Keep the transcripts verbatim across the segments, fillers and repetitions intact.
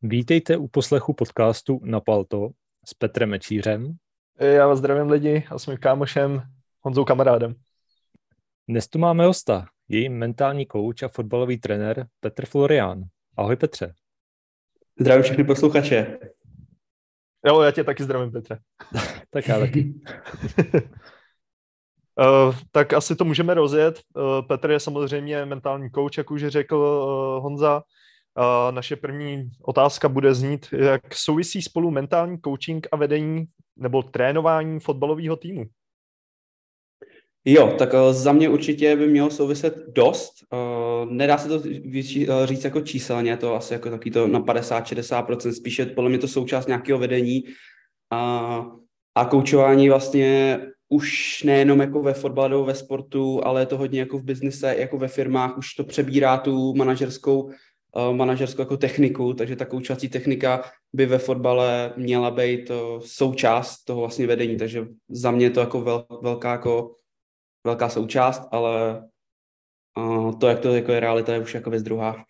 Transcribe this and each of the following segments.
Vítejte u poslechu podcastu Na Palto s Petrem Mečířem. Já vás zdravím lidi a s mým kámošem Honzou Kamarádem. Dnes tu máme hosta, její mentální kouč a fotbalový trenér Petr Florián. Ahoj Petře. Zdravím všechny posluchače. Jo, já tě taky zdravím, Petře. Tak já taky. Uh, tak asi to můžeme rozjet. Uh, Petr je samozřejmě mentální kouč, jak už řekl uh, Honza. Uh, naše první otázka bude znít, jak souvisí spolu mentální coaching a vedení nebo trénování fotbalového týmu? Jo, tak za mě určitě by mělo souviset dost. Nedá se to říct jako číselně, to asi jako taky to na padesát až šedesát procent, spíše podle mě to součást nějakého vedení a, a koučování vlastně už nejenom jako ve fotbale nebo ve sportu, ale je to hodně jako v biznise, jako ve firmách, už to přebírá tu manažerskou manažerskou jako techniku, takže ta koučovací technika by ve fotbale měla být součást toho vlastně vedení, takže za mě je to jako vel, velká, jako, velká součást, ale uh, to, jak to jako je realita, je už jako věc druhá.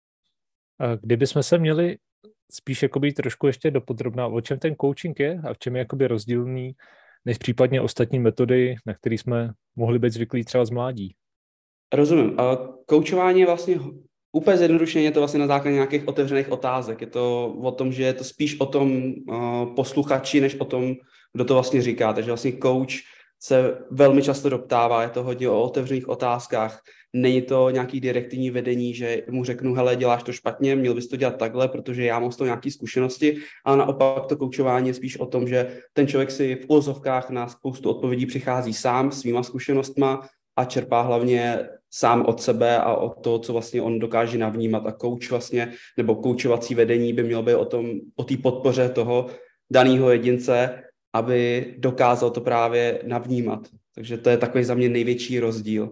Kdybychom se měli spíš jakoby trošku ještě dopodrobná, o čem ten coaching je a v čem je jakoby rozdílný než případně ostatní metody, na které jsme mohli být zvyklí třeba z mládí? Rozumím. Koučování je vlastně úplně zjednodušeně, je to vlastně na základě nějakých otevřených otázek. Je to o tom, že je to spíš o tom uh, posluchači, než o tom, kdo to vlastně říká. Takže vlastně coach se velmi často doptává, je to hodně o otevřených otázkách. Není to nějaký direktivní vedení, že mu řeknu, hele, děláš to špatně, měl bys to dělat takhle, protože já mám z toho nějaké zkušenosti, ale naopak to koučování je spíš o tom, že ten člověk si v uvozovkách na spoustu odpovědí přichází sám svýma zkušenostma a čerpá hlavně sám od sebe a od toho, co vlastně on dokáže navnímat. A coach vlastně, nebo koučovací vedení by mělo být o tom, o té podpoře toho daného jedince, aby dokázal to právě navnímat. Takže to je takový za mě největší rozdíl.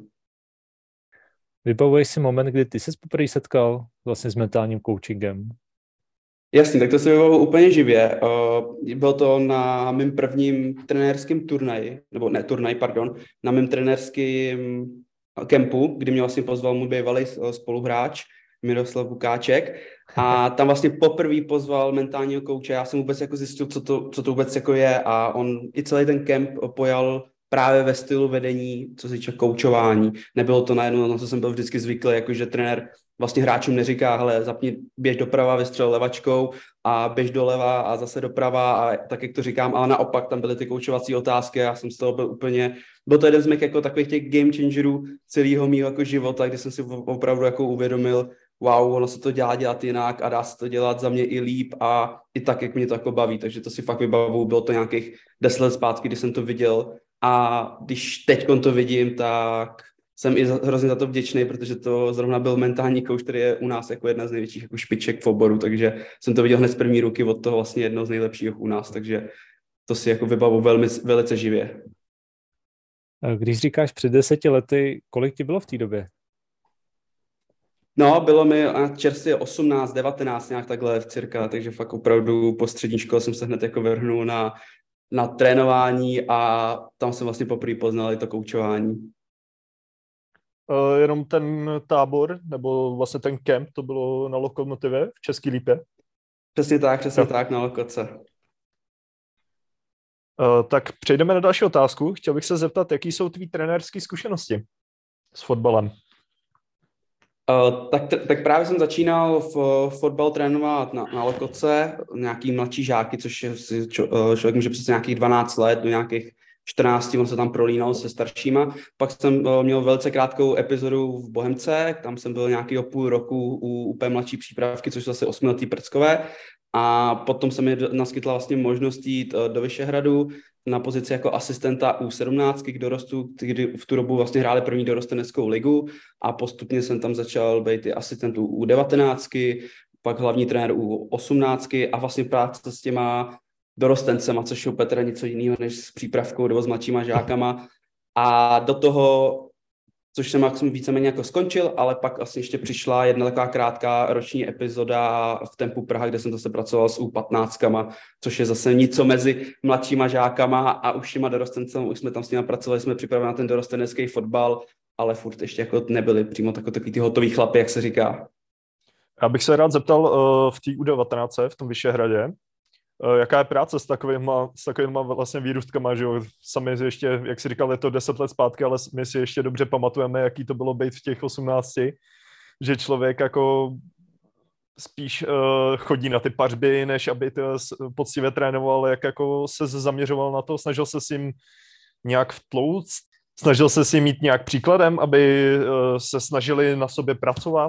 Vybavuješ si moment, kdy ty jsi poprvé setkal vlastně s mentálním coachingem? Jasně, tak to se vybavuji úplně živě. Uh, bylo to na mém prvním trenérském turnaji, nebo ne turnaj, pardon, na mém trenérském kempu, kdy mě vlastně pozval můj bývalý spoluhráč Miroslav Bukáček a tam vlastně poprvé pozval mentálního kouče. Já jsem vůbec jako zjistil, co to, co to vůbec jako je a on i celý ten kemp pojal právě ve stylu vedení, co se týče koučování. Nebylo to najednou, na co jsem byl vždycky zvyklý, jakože trenér vlastně hráčům neříká, hele, zapni, běž doprava, vystřel levačkou a běž doleva a zase doprava a tak, jak to říkám, ale naopak tam byly ty koučovací otázky a já jsem z toho byl úplně, byl to jeden z mých jako takových těch game changerů celého mýho jako života, kdy jsem si opravdu jako uvědomil, wow, ono se to dělá dělat jinak a dá se to dělat za mě i líp a i tak, jak mě to jako baví, takže to si fakt vybavuju, bylo to nějakých deset let zpátky, kdy jsem to viděl a když teď to vidím, tak jsem i hrozně za to vděčný, protože to zrovna byl mentální kouč, který je u nás jako jedna z největších jako špiček v oboru, takže jsem to viděl hned z první ruky od toho vlastně jednoho z nejlepších u nás, takže to si jako vybavu velmi, velice živě. Když říkáš před deseti lety, kolik ti bylo v té době? No, bylo mi čerstvě osmnáct, devatenáct nějak takhle cirka, takže fakt opravdu po střední škole jsem se hned jako vrhnul na, na trénování a tam jsem vlastně poprvé poznal i to koučování. Uh, jenom ten tábor, nebo vlastně ten kemp, to bylo na Lokomotivě v České Lípě? Přesně tak, přesně no. tak, na Lokoce. Uh, tak přejdeme na další otázku. Chtěl bych se zeptat, jaký jsou tvý trenérské zkušenosti s fotbalem? Uh, tak, tak právě jsem začínal v fotbal trénovat na, na Lokoce, nějaký mladší žáky, což je, čo, člověk může přes nějakých dvanáct let do nějakých čtrnáct, on se tam prolínal se staršíma. Pak jsem uh, měl velice krátkou epizodu v Bohemce, tam jsem byl nějakýho půl roku u úplně mladší přípravky, což jsou zase osmiletý prckové. A potom se mi naskytla vlastně možnost jít uh, do Vyšehradu na pozici jako asistenta U sedmnáct k dorostu, kdy v tu dobu vlastně hráli první dorosteneckou ligu a postupně jsem tam začal být i asistent U devatenáct, pak hlavní trenér U osmnáct a vlastně práce s těma dorostencema, což je u Petra něco jiného než s přípravkou nebo s mladšíma žákama. A do toho, což jsem víceméně jako skončil, ale pak vlastně ještě přišla jedna taková krátká roční epizoda v Tempu Praha, kde jsem zase pracoval s U patnáct, což je zase něco mezi mladšíma žákama a už těma dorostencema, už jsme tam s nimi pracovali, jsme připravili na ten dorostenecký fotbal, ale furt ještě jako nebyli přímo takový ty hotový chlapy, jak se říká. Já bych se rád zeptal uh, v té U devatenáct v tom Vyšehradě, uh, jaká je práce s takovýma, s takovýma vlastně výrůstkama, že jo? Sami ještě, jak jsi říkal, je to deset let zpátky, ale my si ještě dobře pamatujeme, jaký to bylo být v těch osmnácti, že člověk jako spíš uh, chodí na ty pařby, než aby to poctivě trénoval, jak jako se zaměřoval na to, snažil se s jim nějak vtlouct, snažil se s jim mít nějak příkladem, aby uh, se snažili na sobě pracovat.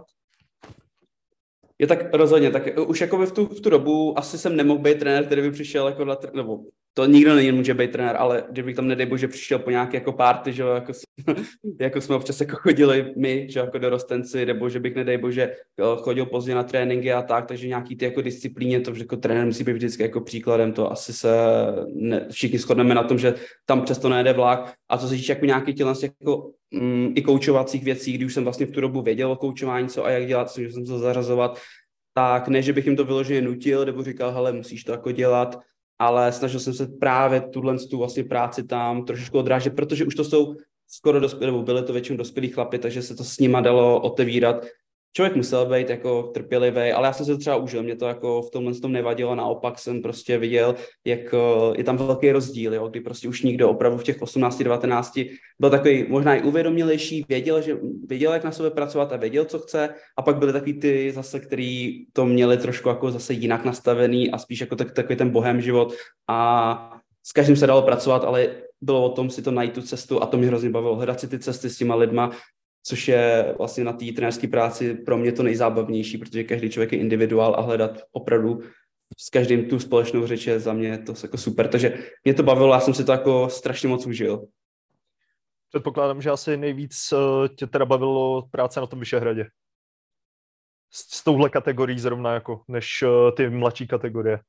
Je tak rozhodně, tak už jako v tu, v tu dobu asi jsem nemohl být trenér, který by přišel jako na, nebo to nikdo nemůže být trenér, ale kdybych tam nedej bože přišel po nějaké jako party, že jako, jako jsme občas jako chodili my, že jako dorostenci, nebo že bych nedej bože chodil pozdě na tréninky a tak, takže nějaký ty jako disciplíně, to jako trenér musí být vždycky jako příkladem, to asi se ne, všichni shodneme na tom, že tam přesto nejde vlak. A co se týče jako nějakých tělen jako mm, i koučovacích věcí, když už jsem vlastně v tu dobu věděl o koučování, co a jak dělat, že jsem se zařazovat, tak ne, že bych jim to vyloženě nutil, nebo říkal, hele, musíš to jako dělat, ale snažil jsem se právě tuhle tu vlastně práci tam trošičku odrážet, protože už to jsou skoro dospělí, nebo byly to většinou dospělí chlapi, takže se to s nima dalo otevírat. Člověk musel být jako trpělivý, ale já jsem se to třeba užil, mě to jako v tomhle tom nevadilo, naopak jsem prostě viděl, jak je tam velký rozdíl, jo, kdy prostě už nikdo opravdu v těch osmnácti devatenácti byl takový možná i uvědomělejší, věděl, že věděl, jak na sebe pracovat a věděl, co chce, a pak byly takový ty zase, který to měli trošku jako zase jinak nastavený a spíš jako tak, takový ten bohem život, a s každým se dalo pracovat, ale bylo o tom si to najít tu cestu, a to mě hrozně bavilo, hledat si ty cesty s těma lidma, což je vlastně na té trenérské práci pro mě to nejzábavnější, protože každý člověk je individuál a hledat opravdu s každým tu společnou řeč je za mě to jako super. Takže mě to bavilo, já jsem si to jako strašně moc užil. Předpokládám, že asi nejvíc tě teda bavilo práce na tom Vyšehradě. S, s touhle kategorií zrovna jako, než ty mladší kategorie.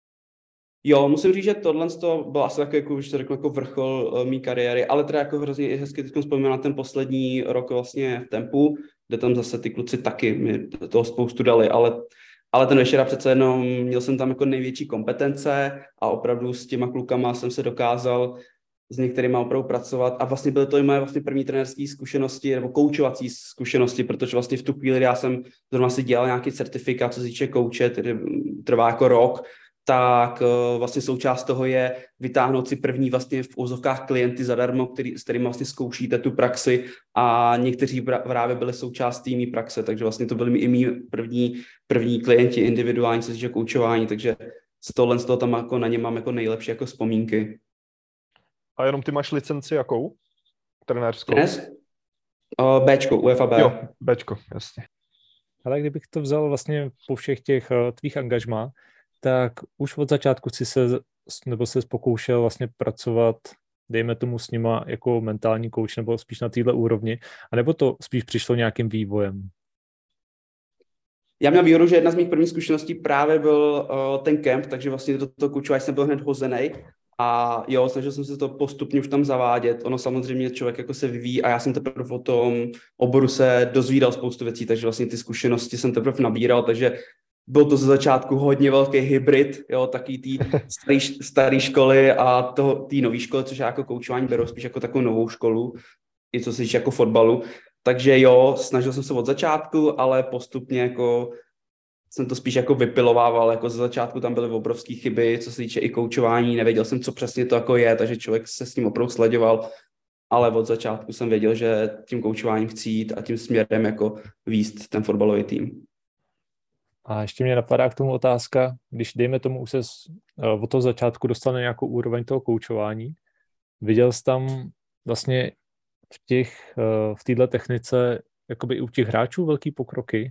Jo, musím říct, že tohle byl asi takový, jako už to řekl, jako vrchol uh, mý kariéry, ale teda jako hrozně hezky teď vzpomínám na ten poslední rok vlastně v Tempu, kde tam zase ty kluci taky mi toho spoustu dali, ale, ale ten večera přece jenom měl jsem tam jako největší kompetence a opravdu s těma klukama jsem se dokázal s některýma opravdu pracovat, a vlastně byly to i moje vlastně první trenérské zkušenosti nebo koučovací zkušenosti, protože vlastně v tu chvíli já jsem zrovna si dělal nějaký certifikát, co se týče kouče, který trvá jako rok, tak uh, vlastně součást toho je vytáhnout si první vlastně v úzovkách klienty zadarmo, který, s kterými vlastně zkoušíte tu praxi, a někteří právě byli součástí mý praxe, takže vlastně to byli i mý první, první klienti individuální, co se týče koučování, takže z tohle z toho tam jako na ně mám jako nejlepší jako vzpomínky. A jenom ty máš licenci jakou? Trenérskou? Dnes? Uh, Bčko, U F A B. Jo, Bčko, jasně. Ale kdybych to vzal vlastně po všech těch uh, tvých angažmá, tak už od začátku si se, nebo se pokoušel vlastně pracovat, dejme tomu s nima jako mentální coach, nebo spíš na této úrovni, anebo to spíš přišlo nějakým vývojem? Já měl výhodu, že jedna z mých prvních zkušeností právě byl uh, ten kemp, takže vlastně do toho koučování jsem byl hned hozený. A jo, snažil jsem se to postupně už tam zavádět. Ono samozřejmě člověk jako se vyvíjí, a já jsem teprve o tom oboru se dozvídal spoustu věcí, takže vlastně ty zkušenosti jsem teprve nabíral, takže byl to ze začátku hodně velký hybrid, jo, taky tý starý, starý školy a té nové školy, což já jako koučování beru spíš jako takovou novou školu, i co se týče jako fotbalu. Takže jo, snažil jsem se od začátku, ale postupně jako jsem to spíš jako vypilovával, jako ze začátku tam byly obrovské chyby, co se týče i koučování, nevěděl jsem, co přesně to jako je, takže člověk se s tím opravdu sledoval, ale od začátku jsem věděl, že tím koučováním chci jít a tím směrem jako vést ten fotbalový tým. A ještě mě napadá k tomu otázka, když dejme tomu už se od toho začátku dostal na nějakou úroveň toho koučování, viděl jsi tam vlastně v těch, v této technice jakoby i u těch hráčů velký pokroky?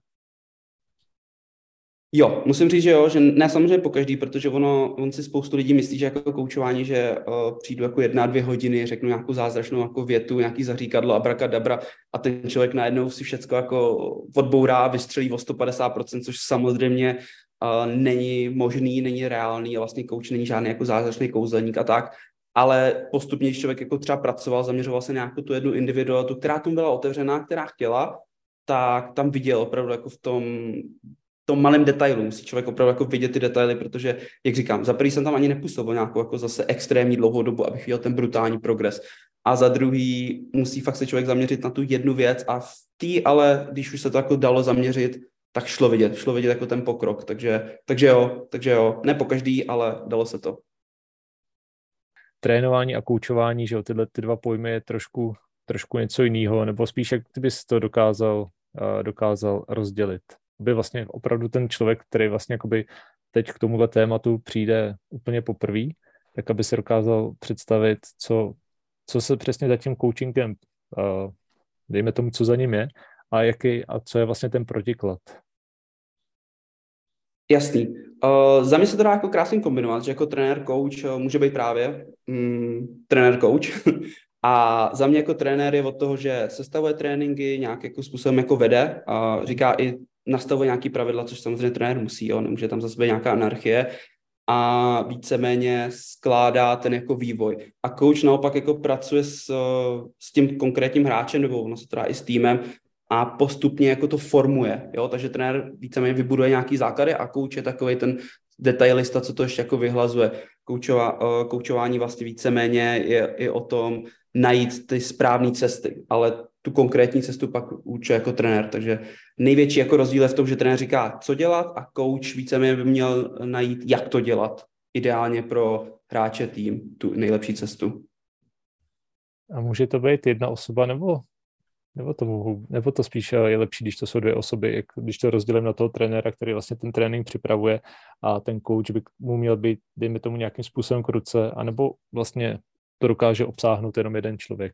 Jo, musím říct, že jo, že ne samozřejmě po každý, protože ono, on si spoustu lidí myslí, že jako koučování, že uh, přijdu jako jedna, dvě hodiny, řeknu nějakou zázračnou jako větu, nějaký zaříkadlo, abrakadabra, a ten člověk najednou si všecko jako odbourá, vystřelí o sto padesát procent, což samozřejmě uh, není možný, není reálný, a vlastně kouč není žádný jako zázračný kouzelník a tak, ale postupně, když člověk jako třeba pracoval, zaměřoval se na nějakou tu jednu individualitu, která tomu byla otevřená, která chtěla, tak tam viděl opravdu jako v tom tom malém detailu. Musí člověk opravdu jako vidět ty detaily, protože, jak říkám, za prvý jsem tam ani nepůsobil nějakou jako zase extrémní dlouhou dobu, abych viděl ten brutální progres. A za druhý musí fakt se člověk zaměřit na tu jednu věc, a v té ale, když už se to jako dalo zaměřit, tak šlo vidět, šlo vidět jako ten pokrok, takže, takže jo, takže jo, ne po každý, ale dalo se to. Trénování a koučování, že jo, tyhle ty dva pojmy je trošku, trošku něco jiného, nebo spíš jak ty bys to dokázal, uh, dokázal rozdělit. By vlastně opravdu ten člověk, který vlastně jakoby teď k tomuhle tématu přijde úplně poprvé, tak aby si dokázal představit, co, co se přesně za tím coachingem, uh, dejme tomu, co za ním je, a jaký, a co je vlastně ten protiklad. Jasný. Uh, za mě se to dá jako krásně kombinovat, že jako trenér, coach uh, může být právě mm, trenér, coach. A za mě jako trenér je od toho, že sestavuje tréninky, nějakým způsobem jako vede a říká i nastavuje nějaký pravidla, což samozřejmě trenér musí, jo, nemůže tam zase být nějaká anarchie a víceméně skládá ten jako vývoj. A coach naopak jako pracuje s, s tím konkrétním hráčem, nebo ono se teda i s týmem, a postupně jako to formuje, jo, takže trenér víceméně vybuduje nějaký základy a coach je takovej ten detailista, co to ještě jako vyhlazuje. Koučova, koučování vlastně víceméně je i o tom najít ty správné cesty, ale tu konkrétní cestu pak učí jako trenér, takže největší jako rozdíl je v tom, že trenér říká, co dělat a coach víceméně by měl najít, jak to dělat, ideálně pro hráče tým, tu nejlepší cestu. A může to být jedna osoba, nebo Nebo to, mohu, nebo to spíš je lepší, když to jsou dvě osoby, jak, když to rozdělím na toho trenéra, který vlastně ten trénink připravuje a ten coach by mu měl být, dejme tomu, nějakým způsobem k ruce, anebo vlastně to dokáže obsáhnout jenom jeden člověk.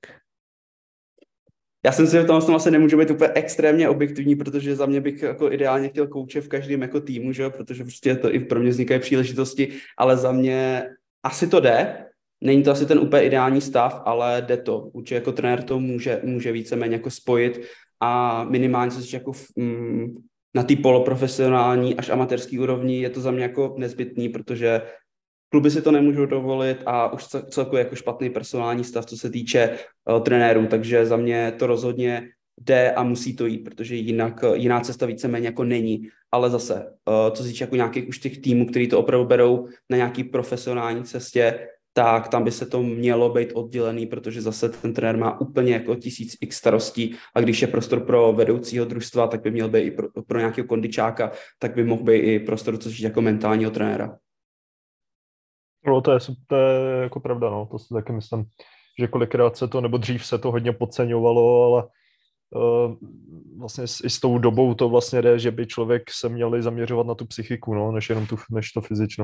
Já jsem si v tom vlastně nemůžu být úplně extrémně objektivní, protože za mě bych jako ideálně chtěl kouče v každém jako týmu, že? Protože prostě to i pro mě vznikají příležitosti, ale za mě asi to jde. Není to asi ten úplně ideální stav, ale jde to. Určitě jako trenér to může, může víceméně jako spojit a minimálně se jako v, mm, na té poloprofesionální až amatérský úrovni je to za mě jako nezbytný, protože kluby si to nemůžou dovolit a už celkově jako špatný personální stav, co se týče uh, trenérů, takže za mě to rozhodně jde a musí to jít, protože jinak jiná cesta víceméně jako není. Ale zase, uh, co se týče jako nějakých už těch týmů, který to opravdu berou na nějaký profesionální cestě, tak tam by se to mělo být oddělený, protože zase ten trenér má úplně jako tisíc x starostí a když je prostor pro vedoucího družstva, tak by měl být i pro, pro nějakého kondičáka, tak by mohl být i prostor, co se jako mentálního trenéra. No to je, to je jako pravda, no, to si taky myslím, že kolikrát se to, nebo dřív se to hodně podceňovalo, ale uh, vlastně s, i s tou dobou to vlastně jde, že by člověk se měli zaměřovat na tu psychiku, no, než jenom tu, než to fyzično.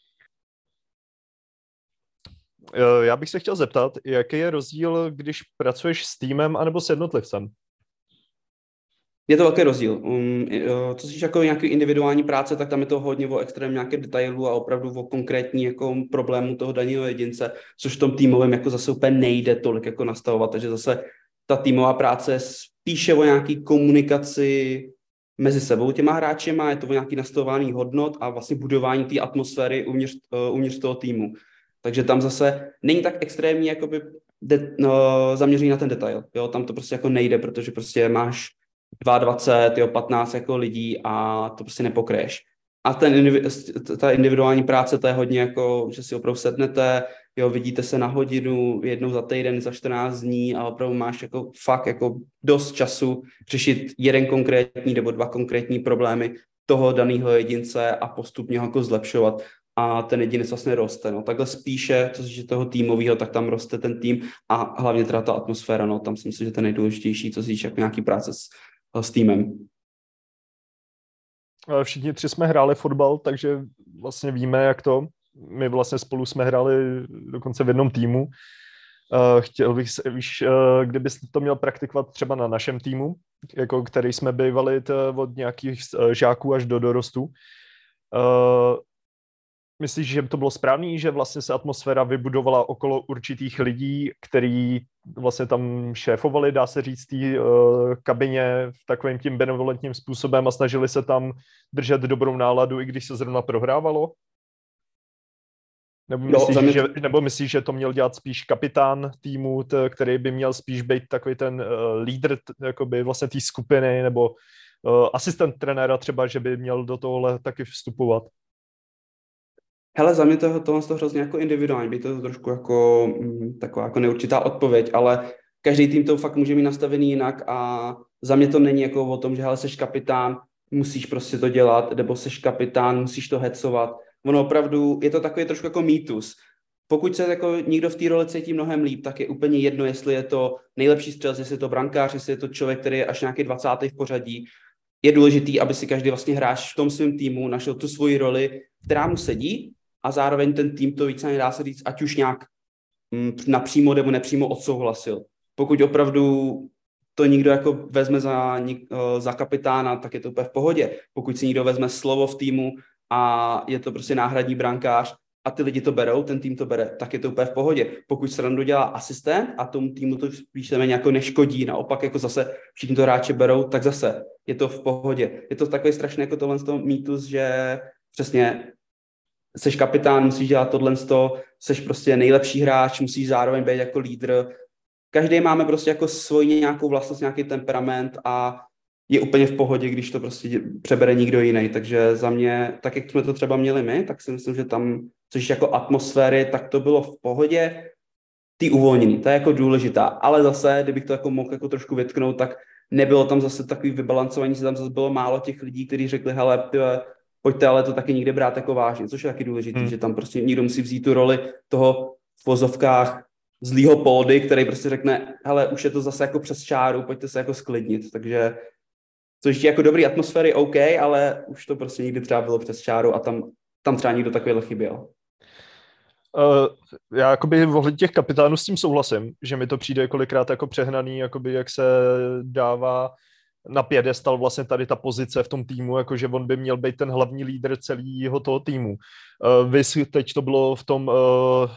Já bych se chtěl zeptat, jaký je rozdíl, když pracuješ s týmem anebo s jednotlivcem? Je to velký rozdíl. Um, co se týče jako nějaké individuální práce, tak tam je to hodně o extrém nějaké detailu a opravdu o konkrétní jako problému toho daného jedince, což v tom týmovém jako zase úplně nejde tolik jako nastavovat. Takže zase ta týmová práce je spíše o nějaké komunikaci mezi sebou těma hráčema, je to o nějaký nastavování hodnot a vlastně budování té atmosféry uvnitř, uh, uvnitř toho týmu. Takže tam zase není tak extrémní jakoby de, no, zaměření na ten detail. Jo? Tam to prostě jako nejde, protože prostě máš dvacet dva, jo, patnáct jako lidí a to prostě nepokryješ. A ten, ta individuální práce, to je hodně jako, že si opravdu sednete, jo, vidíte se na hodinu, jednou za týden, za čtrnáct dní a opravdu máš jako fakt jako dost času řešit jeden konkrétní nebo dva konkrétní problémy toho daného jedince a postupně ho jako zlepšovat. A ten jedinec vlastně roste. No. Takhle spíše, co se týče toho týmového, tak tam roste ten tým a hlavně teda ta atmosféra, no. Tam si myslím, že to je nejdůležitější, co se týče jako nějaký práce s, s týmem. Všichni tři jsme hráli fotbal, takže vlastně víme, jak to. My vlastně spolu jsme hráli dokonce v jednom týmu. Chtěl bych se, víš, kdybys to měl praktikovat třeba na našem týmu, jako který jsme bývali od nějakých žáků až do dorostu. Myslíš, že to bylo správný, že vlastně se atmosféra vybudovala okolo určitých lidí, který vlastně tam šéfovali, dá se říct, té uh, kabině v takovým tím benevolentním způsobem a snažili se tam držet dobrou náladu, i když se zrovna prohrávalo? Nebo myslíš, no, že, nebo myslíš, že to měl dělat spíš kapitán týmu, t, který by měl spíš být takový ten uh, lídr t, jakoby vlastně té skupiny, nebo uh, asistent trenéra třeba, že by měl do tohohle taky vstupovat? Hele, za mě to je tohle to hrozně jako individuální, by to trošku jako mm, taková jako neurčitá odpověď, ale každý tým to fakt může mít nastavený jinak a za mě to není jako o tom, že hele, seš kapitán musíš prostě to dělat, nebo seš kapitán, musíš to hecovat. Ono opravdu, je to takový trošku jako mýtus. Pokud se jako někdo v té roli cítí mnohem líp, tak je úplně jedno, jestli je to nejlepší střelec, jestli je to brankář, jestli je to člověk, který je až nějaký dvacátý v pořadí. Je důležitý, aby si každý vlastně hráč v tom svém týmu našel tu svoji roli, která mu sedí, a zároveň ten tým to více nedá se říct, ať už nějak mm, napřímo nebo nepřímo odsouhlasil. Pokud opravdu to někdo jako vezme za, za kapitána, tak je to úplně v pohodě. Pokud si někdo vezme slovo v týmu a je to prostě náhradní brankář a ty lidi to berou, ten tým to bere, tak je to úplně v pohodě. Pokud srandu dělá asistent a tomu týmu to spíš jako neškodí, naopak jako zase všichni to hráče berou, tak zase je to v pohodě. Je to takový strašný jako tohle z toho mýtus, že přesně seš kapitán, musíš dělat tohle z toho, seš prostě nejlepší hráč, musíš zároveň být jako lídr. Každý máme prostě jako svoji nějakou vlastnost, nějaký temperament a je úplně v pohodě, když to prostě přebere někdo jiný. Takže za mě, tak jak jsme to třeba měli my, tak si myslím, že tam, což jako atmosféry, tak to bylo v pohodě. Ty uvolnění, to je jako důležitá. Ale zase, kdybych to jako mohl jako trošku vytknout, tak nebylo tam zase takový vybalancování, že tam zase bylo málo těch lidí, kteří řekli, hele, tyhle, pojďte ale to taky někde brát jako vážně, což je taky důležité, hmm. že tam prostě někdo musí vzít tu roli toho v vozovkách zlýho pódy, který prostě řekne, hele, už je to zase jako přes čáru, pojďte se jako sklidnit, takže což je jako dobrý atmosféry, OK, ale už to prostě někdy třeba bylo přes čáru a tam, tam třeba někdo takovýhle chyběl. Uh, já jakoby ohledně těch kapitánů s tím souhlasím, že mi to přijde kolikrát jako přehnaný, jakoby jak se dává na piedestal vlastně tady ta pozice v tom týmu, jakože on by měl být ten hlavní lídr celého toho týmu. Uh, vys, teď to bylo v tom uh,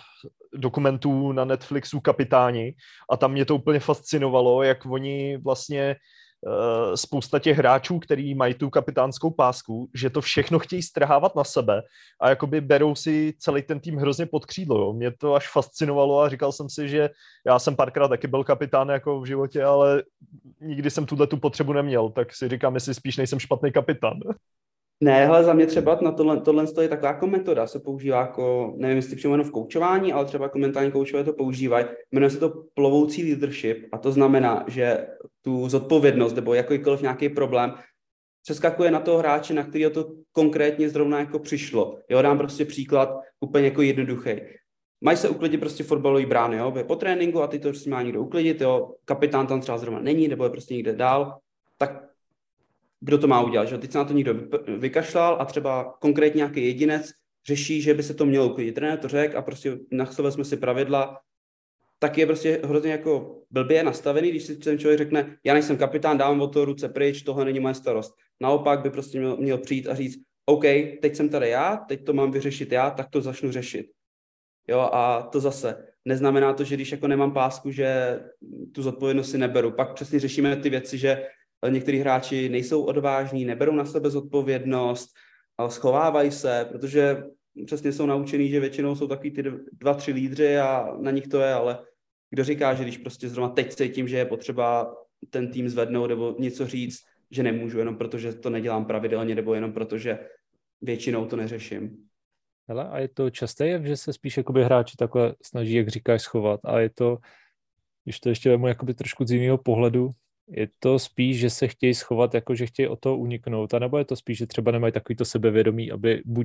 dokumentu na Netflixu Kapitáni a tam mě to úplně fascinovalo, jak oni vlastně uh, spousta těch hráčů, který mají tu kapitánskou pásku, že to všechno chtějí strhávat na sebe a jakoby berou si celý ten tým hrozně pod křídlo. Jo. Mě to až fascinovalo a říkal jsem si, že já jsem párkrát taky byl kapitán jako v životě, ale nikdy jsem tuhle tu potřebu neměl, tak si říkám, jestli spíš nejsem špatný kapitán. Ne, hele, za mě třeba na tohle, tohle je taková jako metoda, se používá jako, nevím, jestli přímo jenom v koučování, ale třeba jako mentální koučové to používají. Jmenuje se to plovoucí leadership a to znamená, že tu zodpovědnost nebo jakýkoliv nějaký problém přeskakuje na toho hráče, na kterého to konkrétně zrovna jako přišlo. Jo, dám prostě příklad úplně jako jednoduchý. Mají se uklidit prostě fotbalový brány, jo, po tréninku a ty to prostě má někdo uklidit, jo, kapitán tam třeba zrovna není, nebo je prostě někde dál, tak kdo to má udělat, že? Teď se na to někdo vykašlal a třeba konkrétně nějaký jedinec řeší, že by se to mělo uklidit. Trenér to řekl a prostě nastavili jsme si pravidla, tak je prostě hrozně jako blbě nastavený, když si ten člověk řekne, já nejsem kapitán, dávám od toho ruce pryč, tohle není moje starost. Naopak by prostě měl, měl přijít a říct, OK, teď jsem tady já, teď to mám vyřešit já, tak to začnu řešit. Jo, a to zase neznamená to, že když jako nemám pásku, že tu zodpovědnost si neberu. Pak přesně řešíme ty věci, že někteří hráči nejsou odvážní, neberou na sebe zodpovědnost, schovávají se, protože přesně jsou naučený, že většinou jsou takový ty dva, tři lídři a na nich to je, ale kdo říká, že když prostě zrovna teď cítím, že je potřeba ten tým zvednout nebo něco říct, že nemůžu, jenom protože to nedělám pravidelně nebo jenom protože většinou to neřeším. Hele, a je to časté jev, že se spíš jakoby hráči takhle snaží, jak říkáš, schovat a je to, když to ještě vemu jakoby trošku z jiného pohledu, je to spíš, že se chtějí schovat, jako že chtějí od toho uniknout, anebo je to spíš, že třeba nemají takovýto sebevědomí, aby buď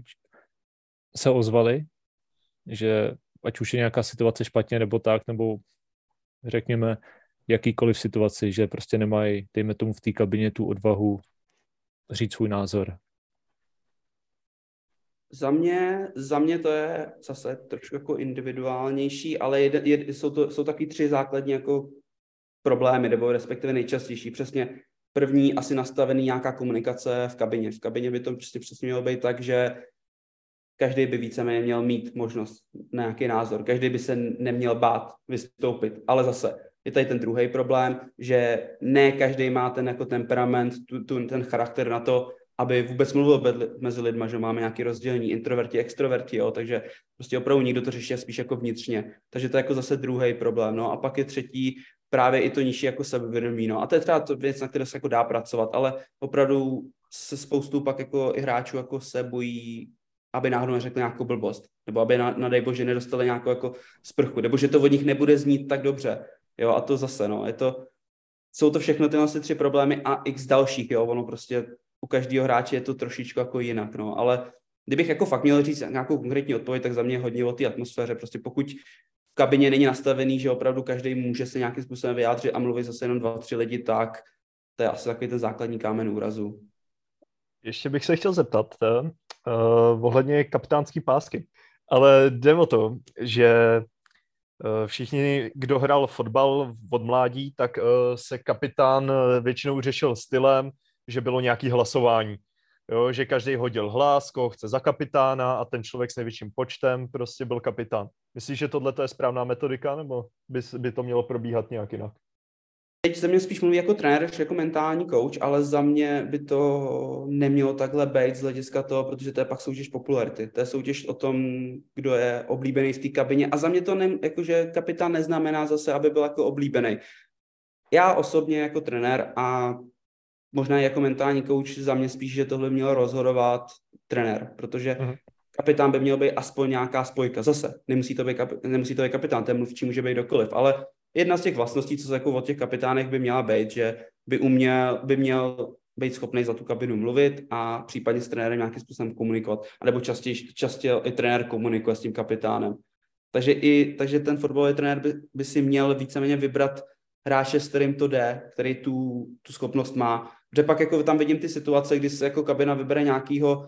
se ozvali, že ať už je nějaká situace špatně nebo tak, nebo řekněme jakýkoliv situaci, že prostě nemají, dejme tomu v té kabině tu odvahu říct svůj názor. Za mě, za mě to je zase trošku jako individuálnější, ale je, je, jsou to jsou taky tři základní jako problémy, nebo respektive nejčastější. Přesně první asi nastavený nějaká komunikace v kabině. V kabině by to přesně, přesně mělo být tak, že každý by víceméně měl mít možnost na nějaký názor. Každý by se neměl bát vystoupit. Ale zase je tady ten druhý problém, že ne každý má ten jako temperament, tu, tu, ten charakter na to, aby vůbec mluvil mezi lidma, že máme nějaký rozdělení, introverti, extroverti, jo, takže prostě opravdu někdo to řeší spíš jako vnitřně. Takže to je jako zase druhý problém. No a pak je třetí právě i to nižší jako sebevědomí. No a to je třeba to věc, na které se jako dá pracovat, ale opravdu se spoustu pak jako i hráčů jako se bojí, aby náhodou neřekli nějakou blbost, nebo aby na, na dej bože nedostali nějakou jako sprchu, nebo že to od nich nebude znít tak dobře. Jo, a to zase, no, je to, jsou to všechno tyhle tři problémy a x dalších, jo, ono prostě u každého hráče je to trošičku jako jinak, no, ale kdybych jako fakt měl říct nějakou konkrétní odpověď, tak za mě hodně o té atmosféře, prostě pokud v kabině není nastavený, že opravdu každý může se nějakým způsobem vyjádřit a mluvit zase jenom dva, tři lidi, tak to je asi takový ten základní kámen úrazu. Ještě bych se chtěl zeptat uh, ohledně kapitánský pásky, ale jde o to, že uh, všichni, kdo hrál fotbal od mládí, tak uh, se kapitán většinou řešil stylem, že bylo nějaký hlasování. Jo, že každý hodil hlas, koho chce za kapitána a ten člověk s největším počtem prostě byl kapitán. Myslíš, že tohle je správná metodika, nebo by, by to mělo probíhat nějak jinak? Teď se mě spíš mluví jako trenér, jako mentální coach, ale za mě by to nemělo takhle být z hlediska toho, protože to je pak soutěž popularity. To je soutěž o tom, kdo je oblíbený v té kabině a za mě to, ne, jakože kapitán neznamená zase, aby byl jako oblíbený. Já osobně jako trenér a možná jako mentální coach za mě spíš, že tohle měl rozhodovat trenér, protože uh-huh. kapitán by měl být aspoň nějaká spojka. Zase, nemusí to být, kapi- nemusí to být kapitán, ten mluvčí může být dokoliv, ale jedna z těch vlastností, co se jako o těch kapitánech by měla být, že by uměl, by měl být schopný za tu kabinu mluvit a případně s trenérem nějakým způsobem komunikovat. A nebo častěji, častěji i trenér komunikuje s tím kapitánem. Takže, i, takže ten fotbalový trenér by, by si měl víceméně vybrat hráče, s kterým to jde, který tu, tu schopnost má. Protože pak jako tam vidím ty situace, kdy se jako kabina vybere nějakýho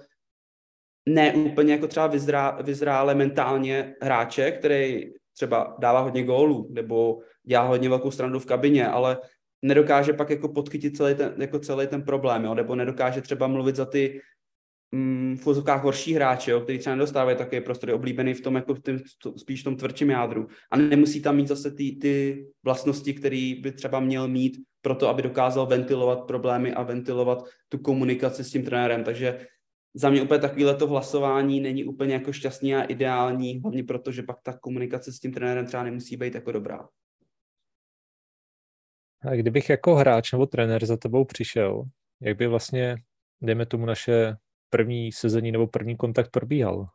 ne úplně jako třeba vyzrá, vyzrále mentálně hráče, který třeba dává hodně gólů nebo dělá hodně velkou stranu v kabině, ale nedokáže pak jako podchytit celý ten, jako celý ten problém, jo? Nebo nedokáže třeba mluvit za ty mm, v úzovkách horší hráče, jo? Který třeba nedostávají takový prostor, je oblíbený v tom, jako v tým, spíš v tom tvrdším jádru. A nemusí tam mít zase ty, ty vlastnosti, které by třeba měl mít pro to, aby dokázal ventilovat problémy a ventilovat tu komunikaci s tím trenérem. Takže za mě úplně takovéhleto hlasování není úplně jako šťastný a ideální, hlavně proto, že pak ta komunikace s tím trenérem třeba nemusí být jako dobrá. A kdybych jako hráč nebo trenér za tebou přišel, jak by vlastně, dejme tomu, naše první sezení nebo první kontakt probíhal?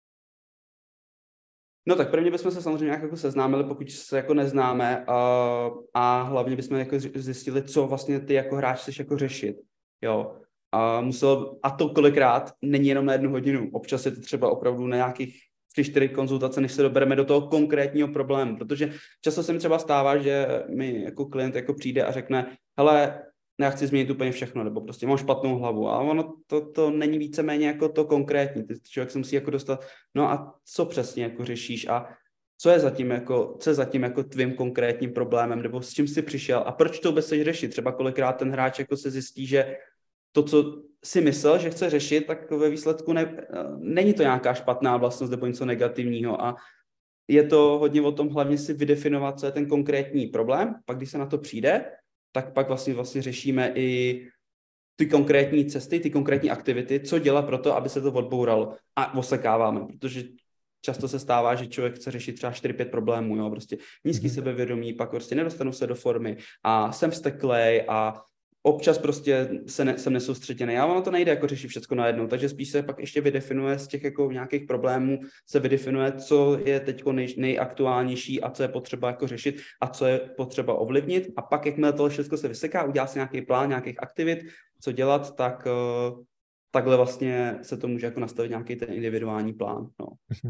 No tak prvně bychom se samozřejmě nějak jako seznámili, pokud se jako neznáme a, a hlavně bychom jako zjistili, co vlastně ty jako hráč chceš jako řešit. Jo. A muselo, a to kolikrát není jenom na jednu hodinu. Občas je to třeba opravdu na nějakých tři, čtyři konzultace, než se dobereme do toho konkrétního problému, protože často se mi třeba stává, že mi jako klient jako přijde a řekne, hele, já chci změnit úplně všechno, nebo prostě mám špatnou hlavu, a ono to, to není víceméně jako to konkrétní, ty člověk se musí jako dostat, no a co přesně jako řešíš a co je zatím jako, co je zatím jako tvým konkrétním problémem, nebo s čím jsi přišel a proč to vůbec chceš řešit, třeba kolikrát ten hráč jako se zjistí, že to, co si myslel, že chce řešit, tak ve výsledku ne, není to nějaká špatná vlastnost nebo něco negativního a je to hodně o tom hlavně si vydefinovat, co je ten konkrétní problém, pak když se na to přijde, tak pak vlastně, vlastně řešíme i ty konkrétní cesty, ty konkrétní aktivity, co dělat pro to, aby se to odbouralo a osekáváme, protože často se stává, že člověk chce řešit třeba čtyři pět problémů, jo, prostě nízký mm-hmm. sebevědomí, pak prostě nedostanu se do formy a jsem vzteklej a občas prostě se ne, jsem nesoustředěný. A ono to nejde jako řešit všechno najednou, takže spíš se pak ještě vydefinuje z těch jako nějakých problémů, se vydefinuje, co je teď nej, nejaktuálnější a co je potřeba jako řešit a co je potřeba ovlivnit. A pak, jakmile tohle všechno se vyseká, udělá si nějaký plán, nějakých aktivit, co dělat, tak uh, takhle vlastně se to může jako nastavit nějaký ten individuální plán. No.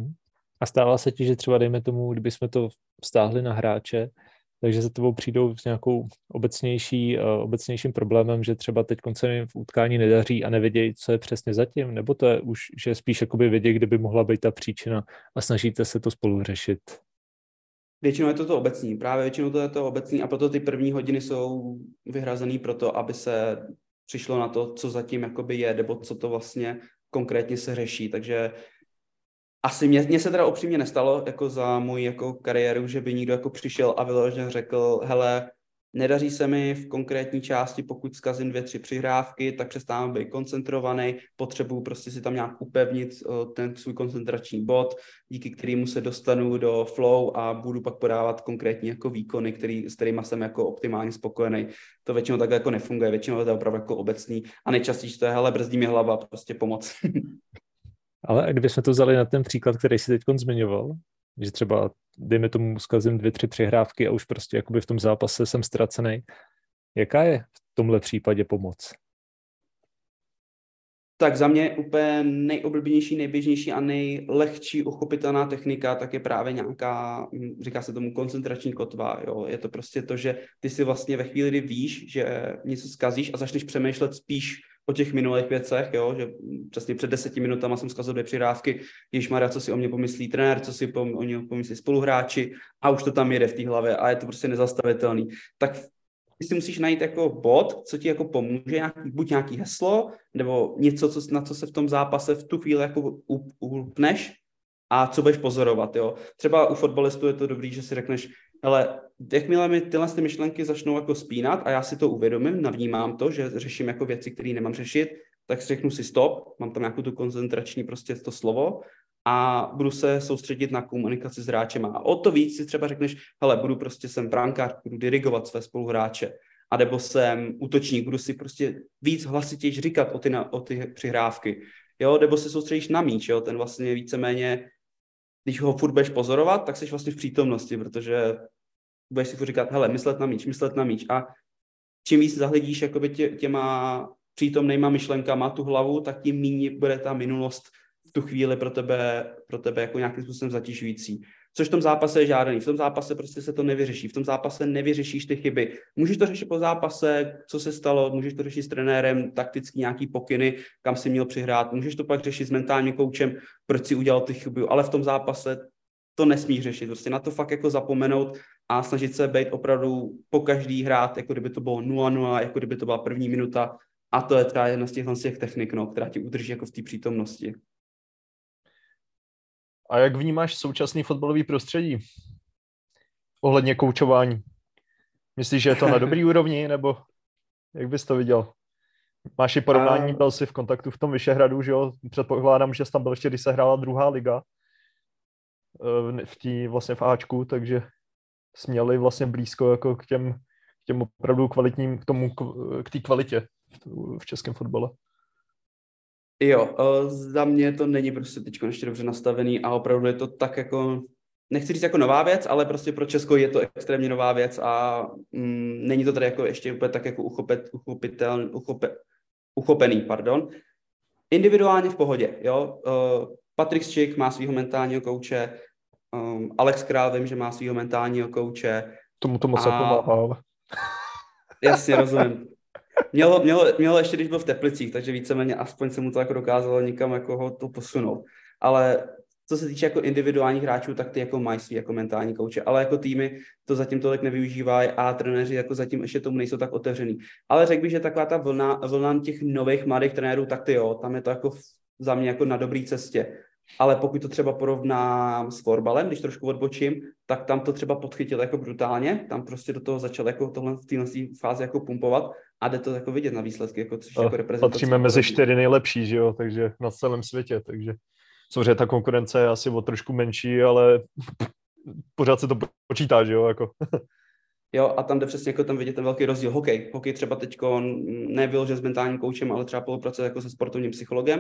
A stává se ti, že třeba dejme tomu, kdybychom to vztáhli na hráče, takže za tebou přijdou s nějakou obecnější, uh, obecnějším problémem, že třeba teď koncem v utkání nedaří a nevědějí, co je přesně zatím, nebo to je už, že spíš jakoby vědějí, kde by mohla být ta příčina a snažíte se to spolu řešit? Většinou je to to obecní, právě většinou to je to obecní a proto ty první hodiny jsou vyhrazený pro to, aby se přišlo na to, co zatím jakoby je, nebo co to vlastně konkrétně se řeší, takže asi mě, mě se teda upřímně nestalo jako za můj jako kariéru, že by někdo jako přišel a vyloženě řekl, hele, nedaří se mi v konkrétní části, pokud zkazím dvě, tři přihrávky, tak přestávám být koncentrovaný, potřebuji prostě si tam nějak upevnit uh, ten svůj koncentrační bod, díky kterému se dostanu do flow a budu pak podávat konkrétní jako výkony, který, s kterými jsem jako optimálně spokojený. To většinou takhle jako nefunguje, většinou to je opravdu jako obecný a nejčastěji to je, hele, brzdí mi hlava, prostě pomoc. Ale kdybychom to vzali na ten příklad, který jsi teď zmiňoval, že třeba, dejme tomu, zkazím dvě, tři přihrávky a už prostě jakoby v tom zápase jsem ztracený. Jaká je v tomhle případě pomoc? Tak za mě úplně nejoblíbenější, nejběžnější a nejlehčí uchopitelná technika, tak je právě nějaká, říká se tomu koncentrační kotva, jo. Je to prostě to, že ty si vlastně ve chvíli, kdy víš, že něco zkazíš a začneš přemýšlet spíš o těch minulých věcech, jo, že přesně před deseti minutama jsem zkazil dvě přihrávky, ježmarja, co si o mě pomyslí trenér, co si o mě pomyslí spoluhráči a už to tam jede v té hlavě a je to prostě nezastavitelný. Tak ty si musíš najít jako bod, co ti jako pomůže, nějaký, buď nějaký heslo, nebo něco, co, na co se v tom zápase v tu chvíli jako upneš a co budeš pozorovat, jo. Třeba u fotbalistů je to dobrý, že si řekneš, hele, jakmile mi tyhle ty myšlenky začnou jako spínat a já si to uvědomím, navnímám to, že řeším jako věci, které nemám řešit, tak si řeknu si stop, mám tam nějakou tu koncentrační prostě to slovo a budu se soustředit na komunikaci s hráčem. A o to víc si třeba řekneš, hele, budu prostě jsem brankář, budu dirigovat své spoluhráče, a nebo jsem útočník, budu si prostě víc hlasitěji říkat o ty, na, o ty přihrávky, jo, nebo se soustředíš na míč, jo, ten vlastně víceméně, když ho furt budeš pozorovat, tak jsi vlastně v přítomnosti, protože budeš si furt říkat, hele, myslet na míč, myslet na míč a čím víc zahledíš jakoby tě, těma přítomnejma myšlenkama tu hlavu, tak tím méně bude ta minulost v tu chvíli pro tebe, pro tebe jako nějakým způsobem zatěžující. Což v tom zápase je žádný. V tom zápase prostě se to nevyřeší. V tom zápase nevyřešíš ty chyby. Můžeš to řešit po zápase, co se stalo, můžeš to řešit s trenérem, takticky nějaký pokyny, kam si měl přihrát. Můžeš to pak řešit s mentálním koučem, proč si udělal ty chyby, ale v tom zápase to nesmíš řešit. Prostě na to fakt jako zapomenout a snažit se být opravdu po každý hrát, jako kdyby to bylo nula nula, jako kdyby to byla první minuta. A to je třeba jedna z těch, z těch technik, no, která ti udrží jako v té přítomnosti. A jak vnímáš současný fotbalový prostředí ohledně koučování? Myslíš, že je to na dobrý úrovni, nebo jak bys to viděl? Máš i porovnání, byl jsi v kontaktu v tom Vyšehradu, že jo? Předpokládám, že jsi tam byl ještě, když se hrála druhá liga v té vlastně v Ačku, takže jsi měli vlastně blízko jako k těm, k těm opravdu kvalitním, k tomu, k té kvalitě v českém fotbale. Jo, za mě to není prostě teď ještě dobře nastavený a opravdu je to tak jako, nechci říct jako nová věc, ale prostě pro Česko je to extrémně nová věc a mm, není to tady jako ještě úplně tak jako uchopet, uchopitel, uchope, uchopený, pardon. Individuálně v pohodě, jo. Uh, Patrik Střik má svého mentálního kouče, um, Alex Král vím, že má svého mentálního kouče. Tomu to moc nepomáhá, ale... Jasně, rozumím. Mělo, mělo, mělo ještě, když byl v Teplicích, takže víceméně aspoň se mu to jako dokázalo někam jako ho to posunout. Ale co se týče jako individuálních hráčů, tak ty jako mají svý jako mentální kouče, ale jako týmy to zatím tolik nevyužívají a trenéři jako zatím ještě tomu nejsou tak otevřený. Ale řekl bych, že taková ta vlna, vlna těch nových mladých trenérů, tak ty jo, tam je to jako za mě jako na dobré cestě. Ale pokud to třeba porovnám s florbalem, když trošku odbočím, tak tam to třeba podchytil jako brutálně, tam prostě do toho začal jako tohle v téhle fázi jako pumpovat a jde to jako vidět na výsledky, jako což jako reprezentace. Patříme mezi čtyři nejlepší, že jo, takže na celém světě, takže samozřejmě ta konkurence je asi o trošku menší, ale pořád se to počítá, že jo, jako. Jo, a tam jde přesně jako tam vidět ten velký rozdíl. Hokej. Hokej třeba teďko nebyl, že s mentálním koučem, ale třeba spolupracuje jako se sportovním psychologem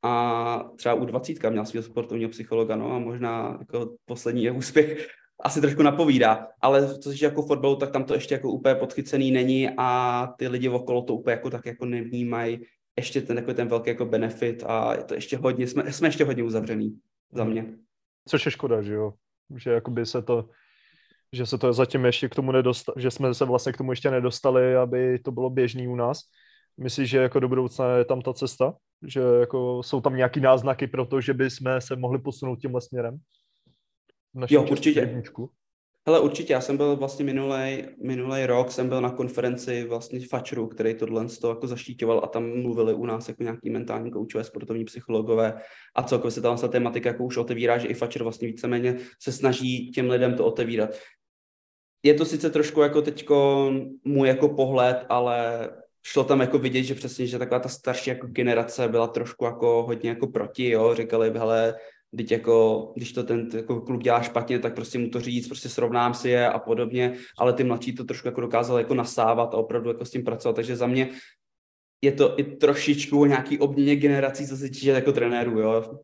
a třeba u dvacet měl svého sportovního psychologa, no a možná jako poslední je úspěch asi trošku napovídá, ale co se jako fotbalu, tak tam to ještě jako úplně podchycený není a ty lidi okolo to úplně jako tak jako nevnímají ještě ten takový ten velký jako benefit a je to ještě hodně, jsme, jsme ještě hodně uzavřený za mě. Což je škoda, že jo, že jakoby se to že se to zatím ještě k tomu nedostali, že jsme se vlastně k tomu ještě nedostali, aby to bylo běžný u nás. Myslíš, že jako do budoucna je tam ta cesta? Že jako jsou tam nějaký náznaky pro to, že bychom se mohli posunout tímhle směrem? Jo, určitě. Hele, určitě. Já jsem byl vlastně minulej, minulej rok, jsem byl na konferenci vlastně Fačru, který tohle z toho jako zaštíťoval a tam mluvili u nás jako nějaký mentální koučové, sportovní psychologové a celkově se tam ta tematika jako už otevírá, že i Fačr vlastně víceméně se snaží těm lidem to otevírat. Je to sice trošku jako teďko můj jako pohled, ale šlo tam jako vidět, že přesně, že taková ta starší jako generace byla trošku jako hodně jako proti, jo, říkali, hele, Teď jako, když to ten jako klub dělá špatně, tak prostě mu to říct, prostě srovnám si je a podobně, ale ty mladší to trošku jako dokázali jako nasávat a opravdu jako s tím pracovat, takže za mě je to i trošičku o nějaký obměně generací, co se týče jako trenérů, jo.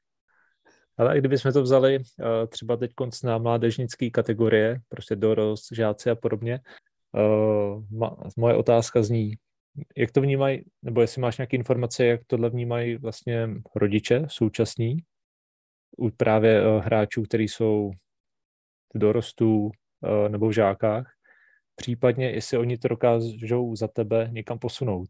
Ale i kdybychom to vzali třeba teď na mládežnické kategorie, prostě dorost, žáci a podobně, moje otázka zní, jak to vnímají, nebo jestli máš nějaké informace, jak tohle vnímají vlastně rodiče současní u právě uh, hráčů, kteří jsou v dorostu uh, nebo v žákách, případně jestli oni to dokážou za tebe někam posunout.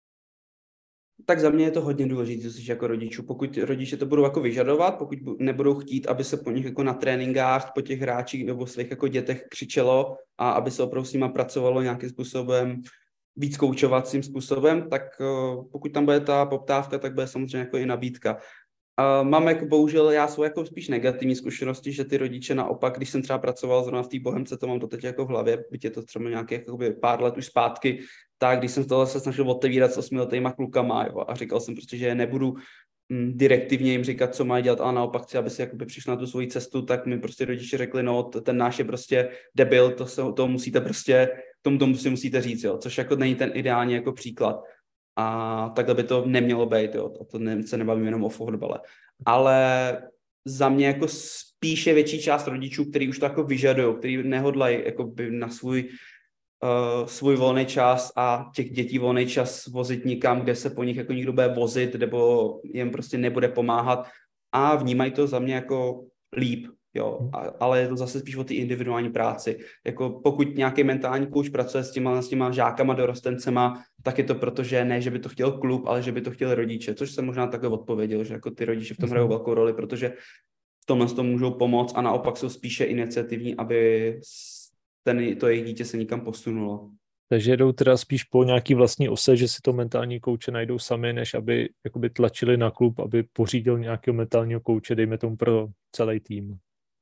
Tak za mě je to hodně důležité, co jsi jako rodičů. Pokud rodiče to budou jako vyžadovat, pokud nebudou chtít, aby se po nich jako na tréninkách, po těch hráčích nebo svých jako dětech křičelo a aby se opravdu s nima pracovalo nějakým způsobem, víc koučovacím způsobem, tak pokud tam bude ta poptávka, tak bude samozřejmě jako i nabídka. Uh, mám jako bohužel já svoje jako spíš negativní zkušenosti, že ty rodiče naopak, když jsem třeba pracoval zrovna v té Bohemce, to mám to teď jako v hlavě, byť je to třeba nějaké jakoby pár let už zpátky, tak když jsem tohle se snažil otevírat s osmiletýma klukama, jo, a říkal jsem prostě, že je nebudu mm, direktivně jim říkat, co mají dělat, ale naopak chci, aby si jakoby přišli na tu svoji cestu, tak mi prostě rodiče řekli, no ten náš je prostě debil, to, se, to musíte prostě, tomu tomu si musíte říct, jo, což jako není ten ideální jako příklad. A takhle by to nemělo být, jo. A to ne, se nebavím jenom o fotbale. Ale za mě jako spíše větší část rodičů, kteří už to jako vyžadují, kteří nehodlají jako by na svůj, uh, svůj volný čas a těch dětí volný čas vozit nikam, kde se po nich jako někdo bude vozit nebo jim prostě nebude pomáhat a vnímají to za mě jako líp. Jo, ale je to zase spíš o té individuální práci. Jako pokud nějaký mentální kouč pracuje s těma, s těma žákama, dorostencema, tak je to proto, že ne, že by to chtěl klub, ale že by to chtěl rodiče, což jsem možná takhle odpověděl, že jako ty rodiče v tom hrajou velkou roli, protože v tomhle tom můžou pomoct a naopak jsou spíše iniciativní, aby ten, to jejich dítě se nikam posunulo. Takže jdou teda spíš po nějaký vlastní ose, že si to mentální kouče najdou sami, než aby jakoby tlačili na klub, aby pořídil nějakého mentálního kouče, dejme tomu pro celý tým.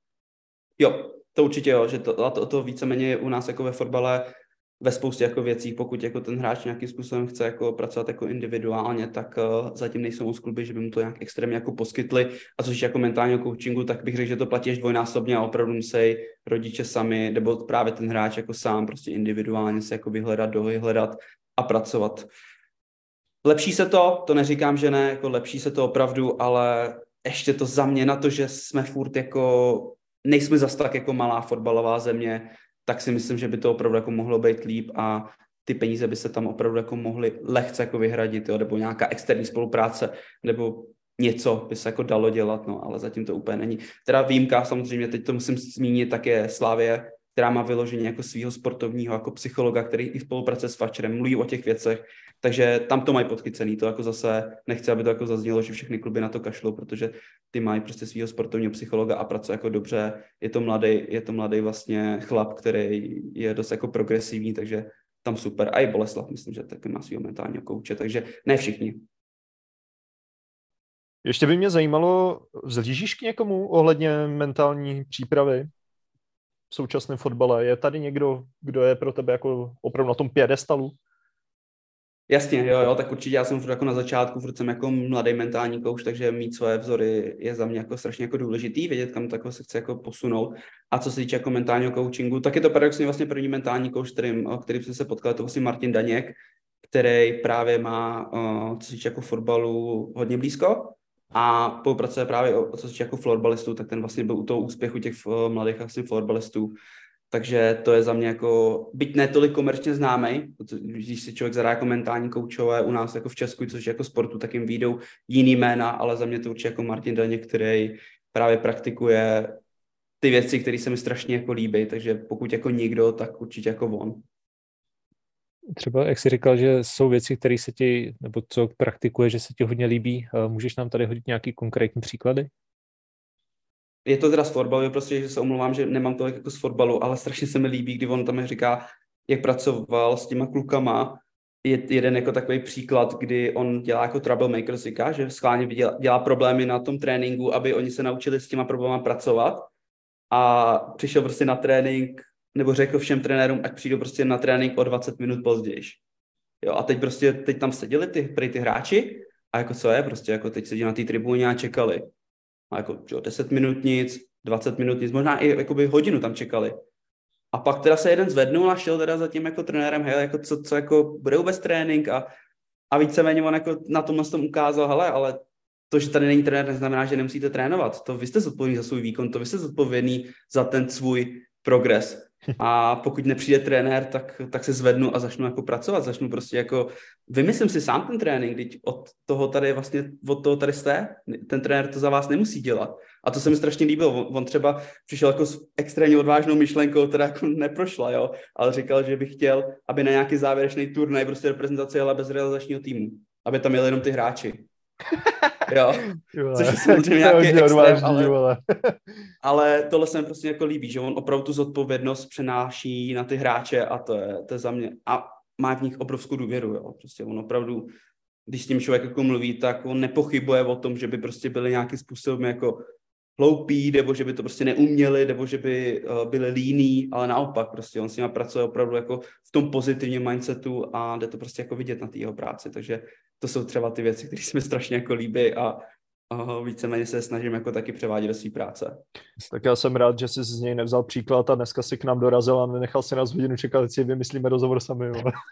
Jo, to určitě jo, že to, to, to víceméně je u nás jako ve fotbale ve spoustě jako věcí, pokud jako ten hráč nějakým způsobem chce jako pracovat jako individuálně, tak uh, zatím nejsou moc kluby, že by mu to nějak extrémně jako poskytli. A což jako mentálního coachingu, tak bych řekl, že to platí až dvojnásobně a opravdu musí rodiče sami, nebo právě ten hráč jako sám prostě individuálně se jako vyhledat, dovyhledat a pracovat. Lepší se to, to neříkám, že ne, jako lepší se to opravdu, ale ještě to za mě na to, že jsme furt jako nejsme zas tak jako malá fotbalová země, tak si myslím, že by to opravdu jako mohlo být líp a ty peníze by se tam opravdu jako mohly lehce jako vyhradit, jo, nebo nějaká externí spolupráce, nebo něco by se jako dalo dělat, no, ale zatím to úplně není. Teda výjimka, samozřejmě, teď to musím zmínit, tak je Slavie, která má vyloženě jako svého sportovního jako psychologa, který i spolupracuje s Fatscherem, mluví o těch věcech, takže tam to mají podchycený, to jako zase nechci, aby to jako zaznělo, že všechny kluby na to kašlou, protože ty mají prostě svého sportovního psychologa a pracuje jako dobře, je to mladý, je to mladý vlastně chlap, který je dost jako progresivní, takže tam super. A i Boleslav, myslím, že taky má svého mentálního kouče, takže ne všichni. Ještě by mě zajímalo, vzlížíš k někomu ohledně mentální přípravy v současném fotbale? Je tady někdo, kdo je pro tebe jako opravdu na tom piedestalu? Jasně, jo, jo, tak určitě já jsem furt jako na začátku, furt jsem jako mladý mentální kouč, takže mít svoje vzory je za mě jako strašně jako důležitý, vědět, kam takhle se chce jako posunout. A co se týče jako mentálního coachingu, tak je to paradoxně vlastně první mentální kouč, kterým, kterým jsem se potkal, to vlastně Martin Daněk, který právě má, co se týče jako fotbalu, hodně blízko a spolupracuje právě o, co se týče jako florbalistů, tak ten vlastně byl u toho úspěchu těch mladých vlastně florbalistů. Takže to je za mě jako, byť ne tolik komerčně známej, když si člověk zadá jako mentální koučové u nás jako v Česku, což jako sportu, tak jim vyjdou jiný jména, ale za mě to určitě jako Martin Daněk, který právě praktikuje ty věci, které se mi strašně jako líbí, takže pokud jako nikdo, tak určitě jako on. Třeba, jak jsi říkal, že jsou věci, které se ti, nebo co praktikuje, že se ti hodně líbí, můžeš nám tady hodit nějaký konkrétní příklady? Je to teda z fotbalu, prostě, že se omlouvám, že nemám tolik jako z fotbalu, ale strašně se mi líbí, kdy on tam říká, jak pracoval s těma klukama. Je jeden jako takový příklad, kdy on dělá jako troublemaker, říká, že schválně dělá, dělá problémy na tom tréninku, aby oni se naučili s těma problémy pracovat. A přišel prostě na trénink, nebo řekl všem trenérům, ať přijdou prostě na trénink o dvacet minut později. Jo, a teď prostě, teď tam seděli ty, prý ty hráči a jako co je, prostě jako teď sedí na té tribuně a čekali. A jako čo, deset minut nic, dvacet minut nic, možná i jakoby hodinu tam čekali. A pak teda se jeden zvednul a šel teda za tím jako trenérem, hej, jako co, co jako bude vůbec trénink a, a víceméně on jako na tomhle tom ukázal, hele, ale to, že tady není trenér, neznamená, že nemusíte trénovat. To vy jste zodpovědný za svůj výkon, to vy jste zodpovědný za ten svůj progres. A pokud nepřijde trenér, tak, tak se zvednu a začnu jako pracovat, začnu prostě jako, vymyslím si sám ten trénink, teď od toho tady vlastně, od toho tady jste, ten trenér to za vás nemusí dělat. A to se mi strašně líbilo, on, on třeba přišel jako s extrémně odvážnou myšlenkou, která jako neprošla, jo, ale říkal, že by chtěl, aby na nějaký závěrečný turnaj prostě reprezentace jela bez realizačního týmu, aby tam jeli jenom ty hráči. Jo, což je samozřejmě nějaký extrém, ale, ale tohle se mi prostě jako líbí, že on opravdu tu zodpovědnost přenáší na ty hráče a to je, to je za mě, a má v nich obrovskou důvěru, jo, prostě on opravdu, když s tím člověk jako mluví, tak on nepochybuje o tom, že by prostě byli nějakým způsobem jako hloupí, nebo že by to prostě neuměli, nebo že by uh, byli líní, ale naopak prostě on s nima pracuje opravdu jako v tom pozitivním mindsetu a jde to prostě jako vidět na té jeho práci, takže to jsou třeba ty věci, které se mi strašně jako líbí a uh, víceméně se snažím jako taky převádět do své práce. Tak já jsem rád, že jsi z něj nevzal příklad a dneska si k nám dorazil a nenechal si nás hodinu čekat, ať si vymyslíme rozhovor sami.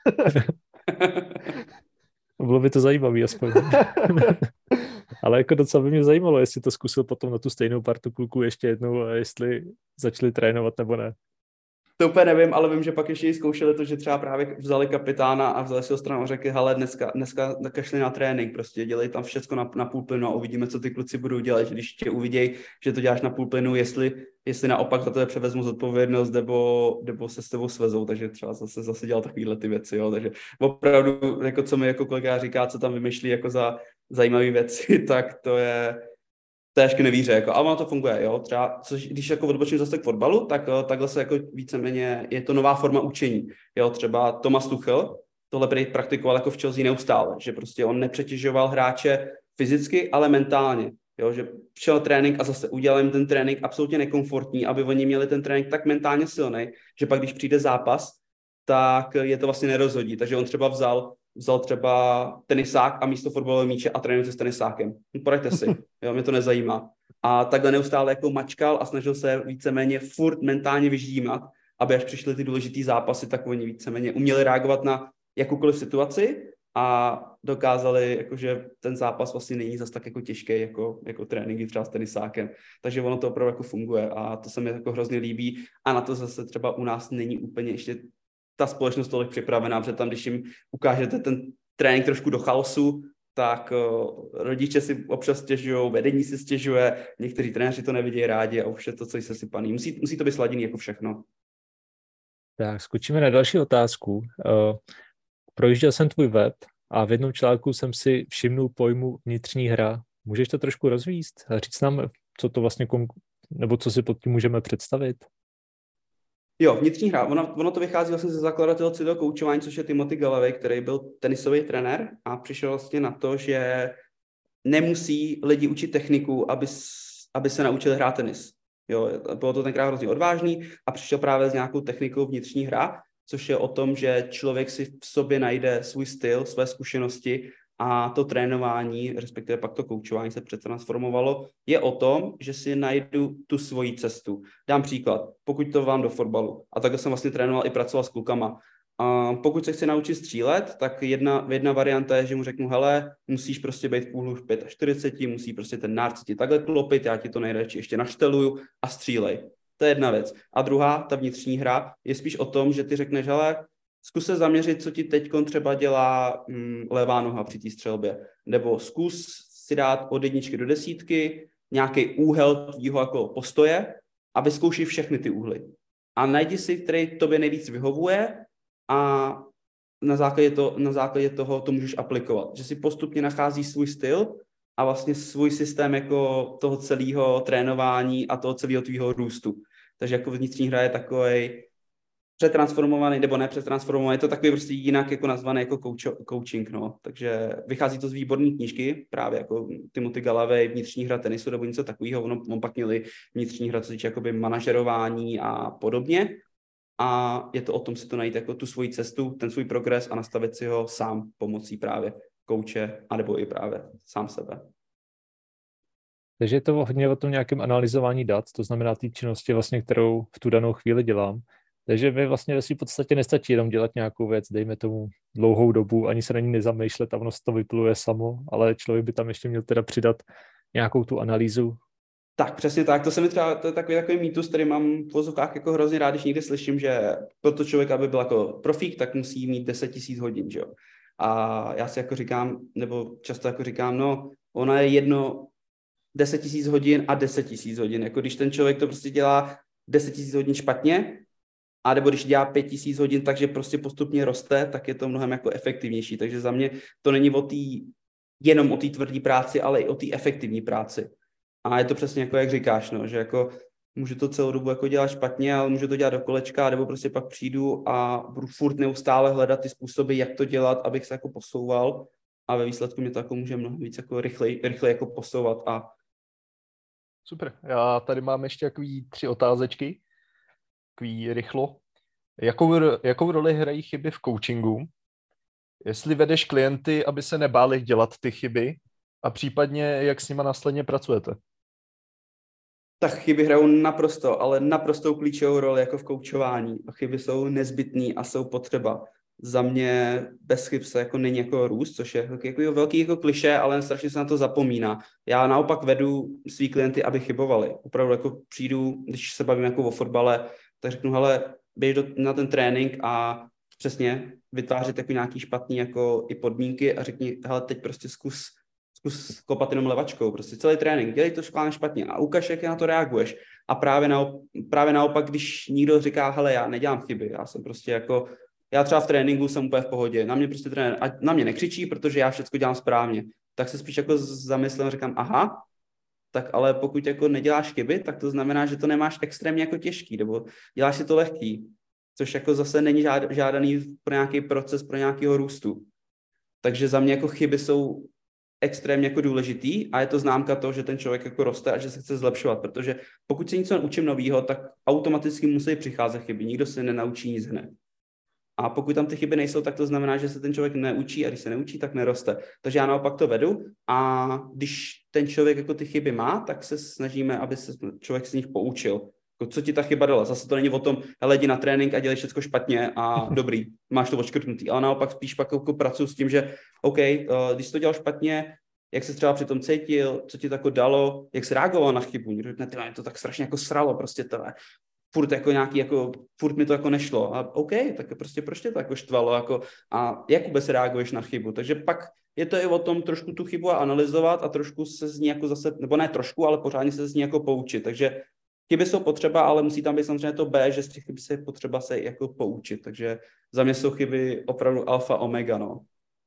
Bylo by to zajímavé aspoň. Ale jako docela by mě zajímalo, jestli to zkusil potom na tu stejnou partu kluků ještě jednou a jestli začali trénovat nebo ne. To úplně nevím, ale vím, že pak ještě zkoušeli to, že třeba právě vzali kapitána a vzali si ho stranu a řekli, hele, dneska, dneska kašli na trénink, prostě dělej tam všecko na, na půl plynu a uvidíme, co ty kluci budou dělat, že když tě uvidějí, že to děláš na půl plynu, jestli, jestli naopak za to převezmu zodpovědnost, nebo, nebo se s tebou svezou, takže třeba zase, zase dělal takovýhle ty věci, jo, takže opravdu, jako co mi jako kolega říká, co tam vymýšlí jako za zajímavé věci, tak to je to je až k nevíře, jako, ale ono to funguje, jo, třeba, což, když jako odbočím zase k fotbalu, tak takhle se jako víceméně, je to nová forma učení, jo, třeba Thomas Tuchel tohle praktikoval jako v Chelsea neustále, že prostě on nepřetěžoval hráče fyzicky, ale mentálně, jo, že šel trénink a zase udělal jim ten trénink absolutně nekomfortní, aby oni měli ten trénink tak mentálně silný, že pak když přijde zápas, tak je to vlastně nerozhodí, takže on třeba vzal vzal třeba tenisák a místo fotbalového míče a trénuje se s tenisákem. Poraďte si, jo, mě to nezajímá. A takhle neustále jako mačkal a snažil se víceméně furt mentálně vyždímat, aby až přišly ty důležitý zápasy, tak oni víceméně uměli reagovat na jakoukoliv situaci a dokázali, jakože ten zápas vlastně není zas tak jako těžký, jako, jako tréninky třeba s tenisákem. Takže ono to opravdu jako funguje a to se mi jako hrozně líbí a na to zase třeba u nás není úplně ještě ta společnost tolik připravená, protože tam, když jim ukážete ten trénink trošku do chaosu, tak uh, rodiče si občas stěžují, vedení si stěžuje, někteří trenéři to nevidí rádi a už je to, co je sesypaný. Musí, musí to být sladěný jako všechno. Tak, skočíme na další otázku. Uh, projížděl jsem tvůj web a v jednom článku jsem si všimnul pojmu vnitřní hra. Můžeš to trošku rozvíst a říct nám, co to vlastně, konk- nebo co si pod tím můžeme představit? Jo, vnitřní hra. Ono, ono to vychází vlastně ze zakladatele celého koučování, což je Timothy Galloway, který byl tenisový trenér a přišel vlastně na to, že nemusí lidi učit techniku, aby, aby se naučili hrát tenis. Jo, bylo to tenkrát hrozně odvážný a přišel právě s nějakou technikou vnitřní hra, což je o tom, že člověk si v sobě najde svůj styl, své zkušenosti a to trénování, respektive pak to koučování se přetransformovalo, je o tom, že si najdu tu svoji cestu. Dám příklad, pokud to vám do fotbalu, a takhle jsem vlastně trénoval i pracoval s klukama. A pokud se chci naučit střílet, tak jedna, jedna varianta je, že mu řeknu, hele, musíš prostě být v úhlu čtyřicet pět, musí prostě ten nárc ti takhle klopit, já ti to nejradši ještě našteluju a střílej. To je jedna věc. A druhá, ta vnitřní hra, je spíš o tom, že ty řekneš, hele, zkus se zaměřit, co ti teďkon třeba dělá hm, levá noha při té střelbě. Nebo zkus si dát od jedničky do desítky nějaký úhel tvýho jako postoje a vyzkoušej všechny ty úhly. A najdi si, který tobě nejvíc vyhovuje a na základě, to, na základě toho to můžeš aplikovat. Že si postupně nacházíš svůj styl a vlastně svůj systém jako toho celého trénování a toho celého tvýho růstu. Takže jako vnitřní hra je takovej přetransformovaný, nebo ne přetransformovaný, je to takový prostě jinak jako nazvaný jako coach, coaching, no. Takže vychází to z výborné knížky, právě jako Timothy Galloway, vnitřní hra tenisu, nebo něco takového, on, on pak měli vnitřní hra, co týče jakoby manažerování a podobně. A je to o tom si to najít jako tu svoji cestu, ten svůj progres a nastavit si ho sám pomocí právě kouče, anebo i právě sám sebe. Takže je to hodně o tom nějakém analyzování dat, to znamená té činnosti, vlastně, kterou v tu danou chvíli dělám. Takže mi vlastně ve své podstatě nestačí jenom dělat nějakou věc, dejme tomu dlouhou dobu, ani se na ní nezamýšlet a ono se to vypluje samo, ale člověk by tam ještě měl teda přidat nějakou tu analýzu Tak, přesně tak. To se mi třeba, to je takový, takový mýtus, který mám v vozovkách jako hrozně rád, když někdy slyším, že pro to člověk, aby byl jako profík, tak musí mít deset tisíc hodin, že jo. A já si jako říkám, nebo často jako říkám, no, ona je jedno deset tisíc hodin a deset tisíc hodin. Jako když ten člověk to prostě dělá deset tisíc hodin špatně, a nebo když dělá pět tisíc hodin, takže prostě postupně roste, tak je to mnohem jako efektivnější. Takže za mě to není o tý, jenom o té tvrdé práci, ale i o té efektivní práci. A je to přesně jako, jak říkáš, no, že jako můžu to celou dobu jako dělat špatně, ale můžu to dělat do kolečka, nebo prostě pak přijdu a budu furt neustále hledat ty způsoby, jak to dělat, abych se jako posouval a ve výsledku mě to jako může mnohem víc jako rychlej, rychlej jako posouvat. A... Super, já tady mám ještě takový tři otázečky, takový rychlo. Jakou, jakou roli hrají chyby v coachingu? Jestli vedeš klienty, aby se nebáli dělat ty chyby a případně jak s nima následně pracujete? Tak chyby hrajou naprosto, ale naprostou klíčovou roli jako v koučování. A chyby jsou nezbytný a jsou potřeba. Za mě bez chyb se jako není jako růst, což je jako velký jako klišé, ale strašně se na to zapomíná. Já naopak vedu svý klienty, aby chybovali. Opravdu jako přijdu, když se bavím jako o fotbale, tak řeknu, hele, běž do, na ten trénink a přesně vytvářet takový nějaký špatný jako i podmínky a řekni, hele, teď prostě zkus zkus kopat jenom levačkou, prostě celý trénink, dělej to špatně špatně a ukaž, jak na to reaguješ. A právě, naop- právě naopak, když někdo říká, hele, já nedělám chyby, já jsem prostě jako, já třeba v tréninku jsem úplně v pohodě, na mě prostě trenér, ať na mě nekřičí, protože já všechno dělám správně, tak se spíš jako zamyslím, říkám, aha, tak ale pokud jako neděláš chyby, tak to znamená, že to nemáš extrémně jako těžký, nebo děláš si to lehký, což jako zase není žád- žádaný pro nějaký proces, pro nějakého růstu. Takže za mě jako chyby jsou extrémně jako důležitý a je to známka toho, že ten člověk jako roste a že se chce zlepšovat, protože pokud se něco naučím novýho, tak automaticky musí přicházet chyby, nikdo se nenaučí nic hned. A pokud tam ty chyby nejsou, tak to znamená, že se ten člověk neučí a když se neučí, tak neroste. Takže já naopak to vedu a když ten člověk jako ty chyby má, tak se snažíme, aby se člověk z nich poučil. Co ti ta chyba dala? Zase to není o tom, hele, jdi na trénink a dělej všechno špatně a dobrý, máš to odškrtnutý. Ale naopak spíš pak jako pracuji s tím, že OK, když jsi to dělal špatně, jak se třeba při tom cítil, co ti to jako dalo, jak jsi reagoval na chybu. Někdo řekne, tyhle, to tak strašně jako sralo, prostě tohle. Furt jako nějaký, jako, furt mi to jako nešlo. A OK, tak prostě proč tě to jako štvalo, jako, a jak vůbec reaguješ na chybu. Takže pak je to i o tom trošku tu chybu analyzovat a trošku se z ní jako zase, nebo ne trošku, ale pořádně se z ní jako poučit. Takže chyby jsou potřeba, ale musí tam být samozřejmě to B, že z těch chyb se je potřeba se jako poučit. Takže za mě jsou chyby opravdu alfa omega, no.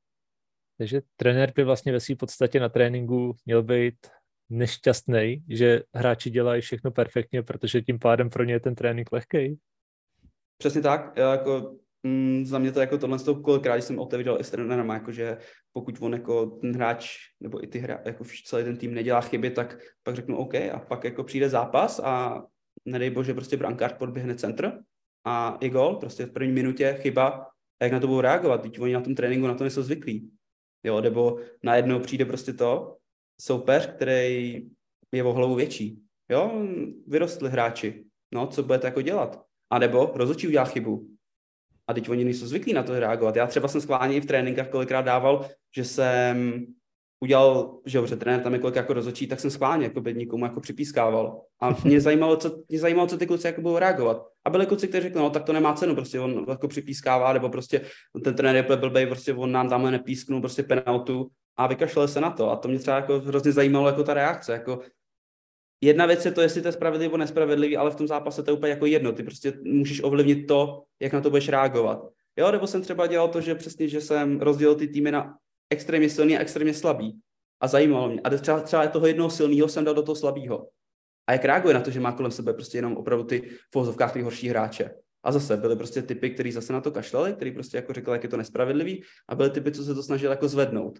Takže trenér by vlastně ve své podstatě na tréninku měl být nešťastný, že hráči dělají všechno perfektně, protože tím pádem pro ně je ten trénink lehkej. Přesně tak. Já jako, mm, za mě to jako tohle z toho kolikrát, když jsem otevřel i s trenérem, jakože pokud on jako ten hráč, nebo i ty hra, jako celý ten tým nedělá chyby, tak pak řeknu OK a pak jako přijde zápas a nedej bože prostě brankář podběhne centr a je gól, prostě v první minutě chyba a jak na to budou reagovat, teď oni na tom tréninku na to nejsou zvyklí. Jo, nebo najednou přijde prostě to, soupeř, který je o hlavu větší. Jo, vyrostli hráči. No, co budete jako dělat? A nebo rozhodčí udělá chybu. A teď oni nejsou zvyklí na to reagovat. Já třeba jsem schválně i v tréninkách kolikrát dával, že jsem udělal, že dobře, trenér tam je kolik jako rozhodčí, tak jsem schválně jako by nikomu jako připískával. A mě zajímalo, co, mě zajímalo, co ty kluci jako budou reagovat. A byli kluci, kteří řekli, no tak to nemá cenu, prostě on jako připískává, nebo prostě ten trenér je blbej, prostě on nám tamhle nepísknul prostě penaltu a vykašlali se na to. A to mě třeba jako hrozně zajímalo jako ta reakce, jako jedna věc je to, jestli to je spravedlivý nebo nespravedlivý, ale v tom zápase to je úplně jako jedno. Ty prostě můžeš ovlivnit to, jak na to budeš reagovat. Jo, nebo jsem třeba dělal to, že přesně, že jsem rozdělil ty týmy na extrémně silný a extrémně slabý. A zajímalo mě. A třeba, třeba toho jednoho silného jsem dal do toho slabého. A jak reaguje na to, že má kolem sebe prostě jenom opravdu ty v uvozovkách ty horší hráče. A zase byly prostě typy, kteří zase na to kašlali, který prostě jako řekl, jak je to nespravedlivý, a byly typy, co se to snažili jako zvednout.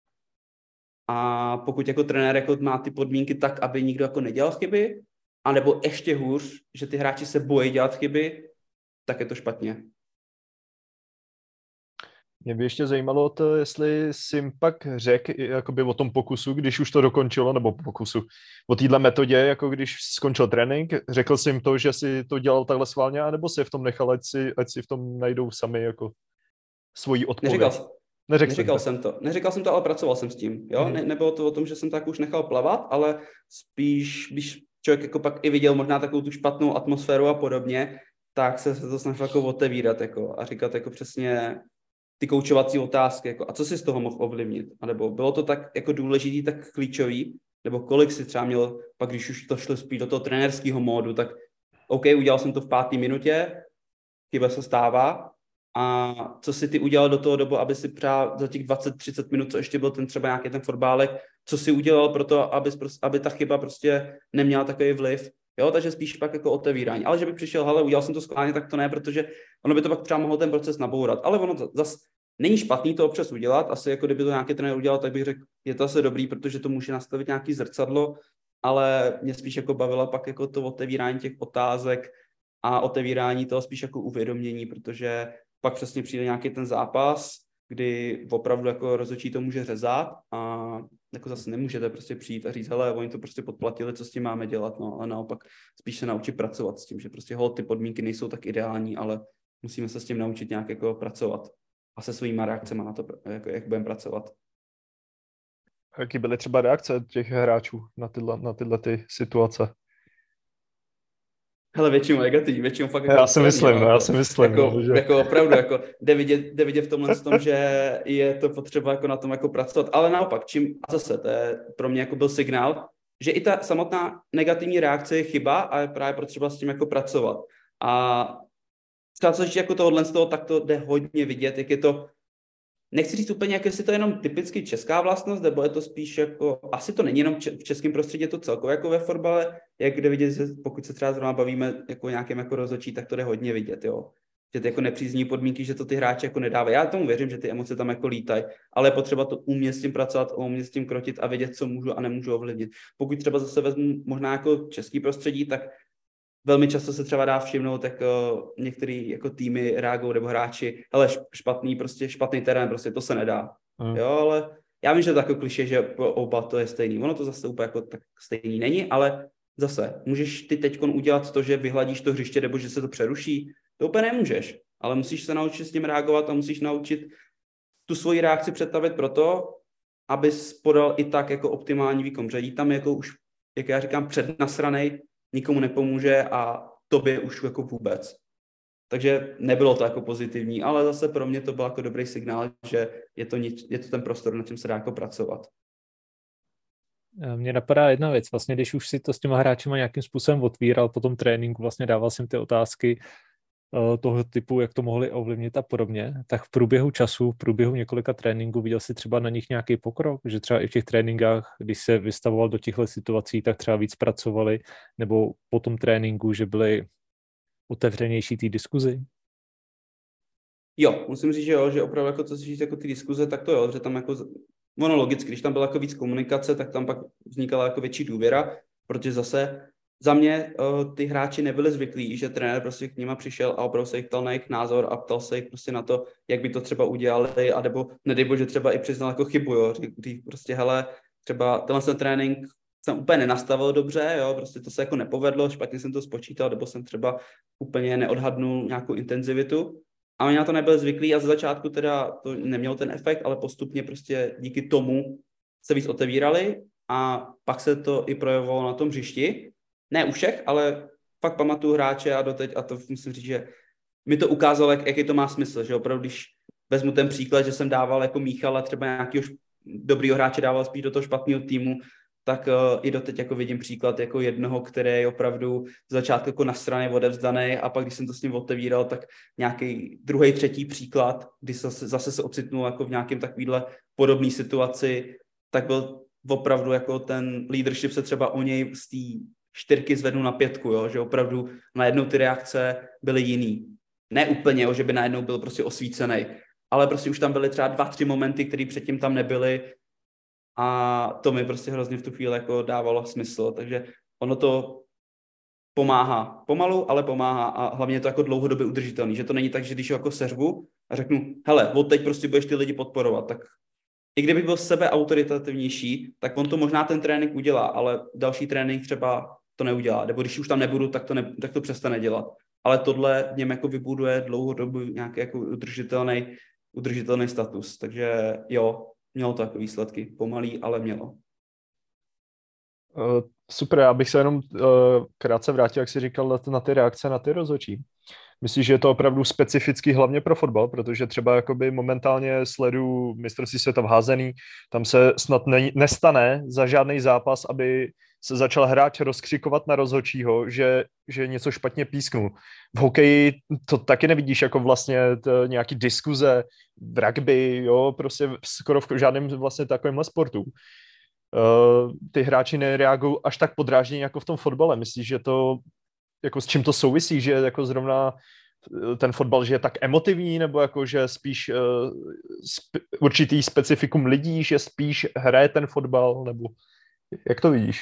A pokud jako trenér jako má ty podmínky tak, aby nikdo jako nedělal chyby, anebo ještě hůř, že ty hráči se bojí dělat chyby, tak je to špatně. Mě by ještě zajímalo to, jestli jsi jim pak řekl jakoby o tom pokusu, když už to dokončilo, nebo pokusu, o téhle metodě, jako když skončil trénink, řekl jsi jim to, že si to dělal takhle schválně, anebo si v tom nechal, ať si, ať si v tom najdou sami jako svoji odpověď? Neříkal, Neřekl Neříkal jsem to. jsem to. Neříkal jsem to, ale pracoval jsem s tím. Jo? Hmm. Ne, nebylo to o tom, že jsem tak už nechal plavat, ale spíš, když člověk jako pak i viděl možná takovou tu špatnou atmosféru a podobně, tak se, se to snažil jako otevírat jako, a říkat jako přesně ty koučovací otázky, jako, a co si z toho mohl ovlivnit? A nebo bylo to tak jako důležitý, tak klíčový? Nebo kolik si třeba měl, pak když už to šlo spíš do toho trenérského módu, tak OK, udělal jsem to v páté minutě, chyba se stává, a co si ty udělal do toho dobu, aby si třeba za těch dvacet třicet minut, co ještě byl ten třeba nějaký ten fotbálek, co si udělal pro to, aby, aby ta chyba prostě neměla takový vliv, jo, takže spíš pak jako otevírání. Ale že by přišel, hele, udělal jsem to schválně, tak to ne, protože ono by to pak třeba mohlo ten proces nabourat. Ale ono zase není špatný to občas udělat, asi jako kdyby to nějaký trenér udělal, tak bych řekl, je to asi dobrý, protože to může nastavit nějaký zrcadlo, ale mě spíš jako bavila pak jako to otevírání těch otázek a otevírání toho spíš jako uvědomění, protože pak přesně přijde nějaký ten zápas, kdy opravdu jako rozhodčí to může řezat a jako zase nemůžete prostě přijít a říct, hele, oni to prostě podplatili, co s tím máme dělat, no, ale naopak spíš se naučit pracovat s tím, že prostě hol, ty podmínky nejsou tak ideální, ale musíme se s tím naučit nějak jako pracovat a se svýma reakcemi na to, jako, jak budeme pracovat. Jaký byly třeba reakce těch hráčů na tyhle, na tyhle ty situace? Hele, většinou negativní, většinou fakt jako... Já si myslím, no, já si myslím. Jako, no, že... jako opravdu, jako jde vidět, jde vidět v tomhle tom, že je to potřeba jako na tom jako pracovat, ale naopak, čím, a zase, to je pro mě jako byl signál, že i ta samotná negativní reakce je chyba a je právě potřeba s tím jako pracovat. A třeba co ještě jako tohohle z toho, tak to jde hodně vidět, jak je to, nechci říct úplně, jak jestli to je jenom typicky česká vlastnost, nebo je to spíš jako, asi to není jenom v českém prostředí, je to celkově jako ve fotbale, jak jde vidět, pokud se třeba zrovna bavíme jako nějakým jako rozhodčí, tak to jde hodně vidět, jo. Že ty jako nepřízní podmínky, že to ty hráči jako nedávají. Já tomu věřím, že ty emoce tam jako lítají, ale je potřeba to umět s tím pracovat, umět s tím krotit a vědět, co můžu a nemůžu ovlivnit. Pokud třeba zase vezmu možná jako český prostředí, tak velmi často se třeba dá všimnout, jak uh, některý jako týmy reagují nebo hráči, hele, špatný, prostě špatný terén, prostě to se nedá. Mm. Jo, ale já vím, že to je jako klišé, že oba to je stejný. Ono to zase úplně jako tak stejný není, ale zase, můžeš ty teďkon udělat to, že vyhladíš to hřiště nebo že se to přeruší? To úplně nemůžeš, ale musíš se naučit s tím reagovat a musíš naučit tu svoji reakci představit proto, abys podal i tak jako optimální výkon. Že tam jako už, jak já říkám, přednasranej, nikomu nepomůže a tobě už jako vůbec. Takže nebylo to jako pozitivní, ale zase pro mě to byl jako dobrý signál, že je to, nič, je to ten prostor, na čem se dá jako pracovat. Mně napadá jedna věc, vlastně když už si to s těma hráčima nějakým způsobem otvíral po tom tréninku, vlastně dával jsem ty otázky toho typu, jak to mohli ovlivnit a podobně, tak v průběhu času, v průběhu několika tréninků viděl si třeba na nich nějaký pokrok, že třeba i v těch tréninkách, když se vystavoval do těchto situací, tak třeba víc pracovali, nebo po tom tréninku, že byli otevřenější té diskuzi? Jo, musím říct, že jo, že opravdu jako to si říct jako ty diskuze, tak to jo, že tam jako, ono logicky, když tam byla jako víc komunikace, tak tam pak vznikala jako větší důvěra, protože zase za mě uh, ty hráči nebyli zvyklí, že trenér prostě k nima přišel a opravdu se jich ptal na jejich názor a ptal se jich prostě na to, jak by to třeba udělali, a nebo nedej bože třeba i přiznal jako chybu, jo, když prostě hele, třeba tenhle ten trénink jsem úplně nenastavil dobře, jo, prostě to se jako nepovedlo, špatně jsem to spočítal, nebo jsem třeba úplně neodhadnul nějakou intenzivitu. A oni na to nebyli zvyklí a ze začátku teda to nemělo ten efekt, ale postupně prostě díky tomu se víc otevírali a pak se to i projevovalo na tom hřišti. Ne u všech, ale fakt pamatuju hráče a doteď, a to musím říct, že mi to ukázalo, jak, jaký to má smysl, že opravdu, když vezmu ten příklad, že jsem dával jako Míchala třeba nějakého dobrýho hráče dával spíš do toho špatného týmu, tak uh, i doteď jako vidím příklad jako jednoho, který je opravdu z začátku jako na straně odevzdaný a pak, když jsem to s ním otevíral, tak nějaký druhý, třetí příklad, kdy zase, zase se ocitnul jako v nějakém takovýhle podobné situaci, tak byl opravdu jako ten leadership se třeba o něj z té čtyřky zvednu na pětku, jo? Že opravdu najednou ty reakce byly jiný. Ne úplně, jo? Že by najednou byl prostě osvícený, ale prostě už tam byly třeba dva, tři momenty, které předtím tam nebyly a to mi prostě hrozně v tu chvíli jako dávalo smysl, takže ono to pomáhá. Pomalu, ale pomáhá a hlavně je to jako dlouhodobě udržitelný, že to není tak, že když ho jako seřvu a řeknu, hele, od teď prostě budeš ty lidi podporovat, tak i kdybych byl sebe autoritativnější, tak on to možná ten trénink udělá, ale další trénink třeba to neudělá, nebo když už tam nebudu, tak to, ne, tak to přestane dělat. Ale tohle v něm jako vybuduje dlouhodobě nějaký jako udržitelný udržitelný status. Takže jo, mělo to jako výsledky. Pomalý, ale mělo. Uh, super, já bych se jenom uh, krátce vrátil, jak jsi říkal, na ty reakce na ty rozhodčí. Myslíš, že je to opravdu specifický hlavně pro fotbal, protože třeba jakoby momentálně sleduju mistrovství světa v házený, tam se snad ne, nestane za žádný zápas, aby se začal hráč rozkřikovat na rozhodčího, že, že něco špatně písknul. V hokeji to taky nevidíš jako vlastně t, nějaký diskuze, v rugby, jo, prostě skoro v žádném vlastně takovémhle sportu. Uh, ty hráči nereagují až tak podrážděně jako v tom fotbale. Myslíš, že to jako s čím to souvisí, že jako zrovna ten fotbal, že je tak emotivní, nebo jako, že spíš uh, sp- určitý specifikum lidí, že spíš hraje ten fotbal, nebo jak to vidíš?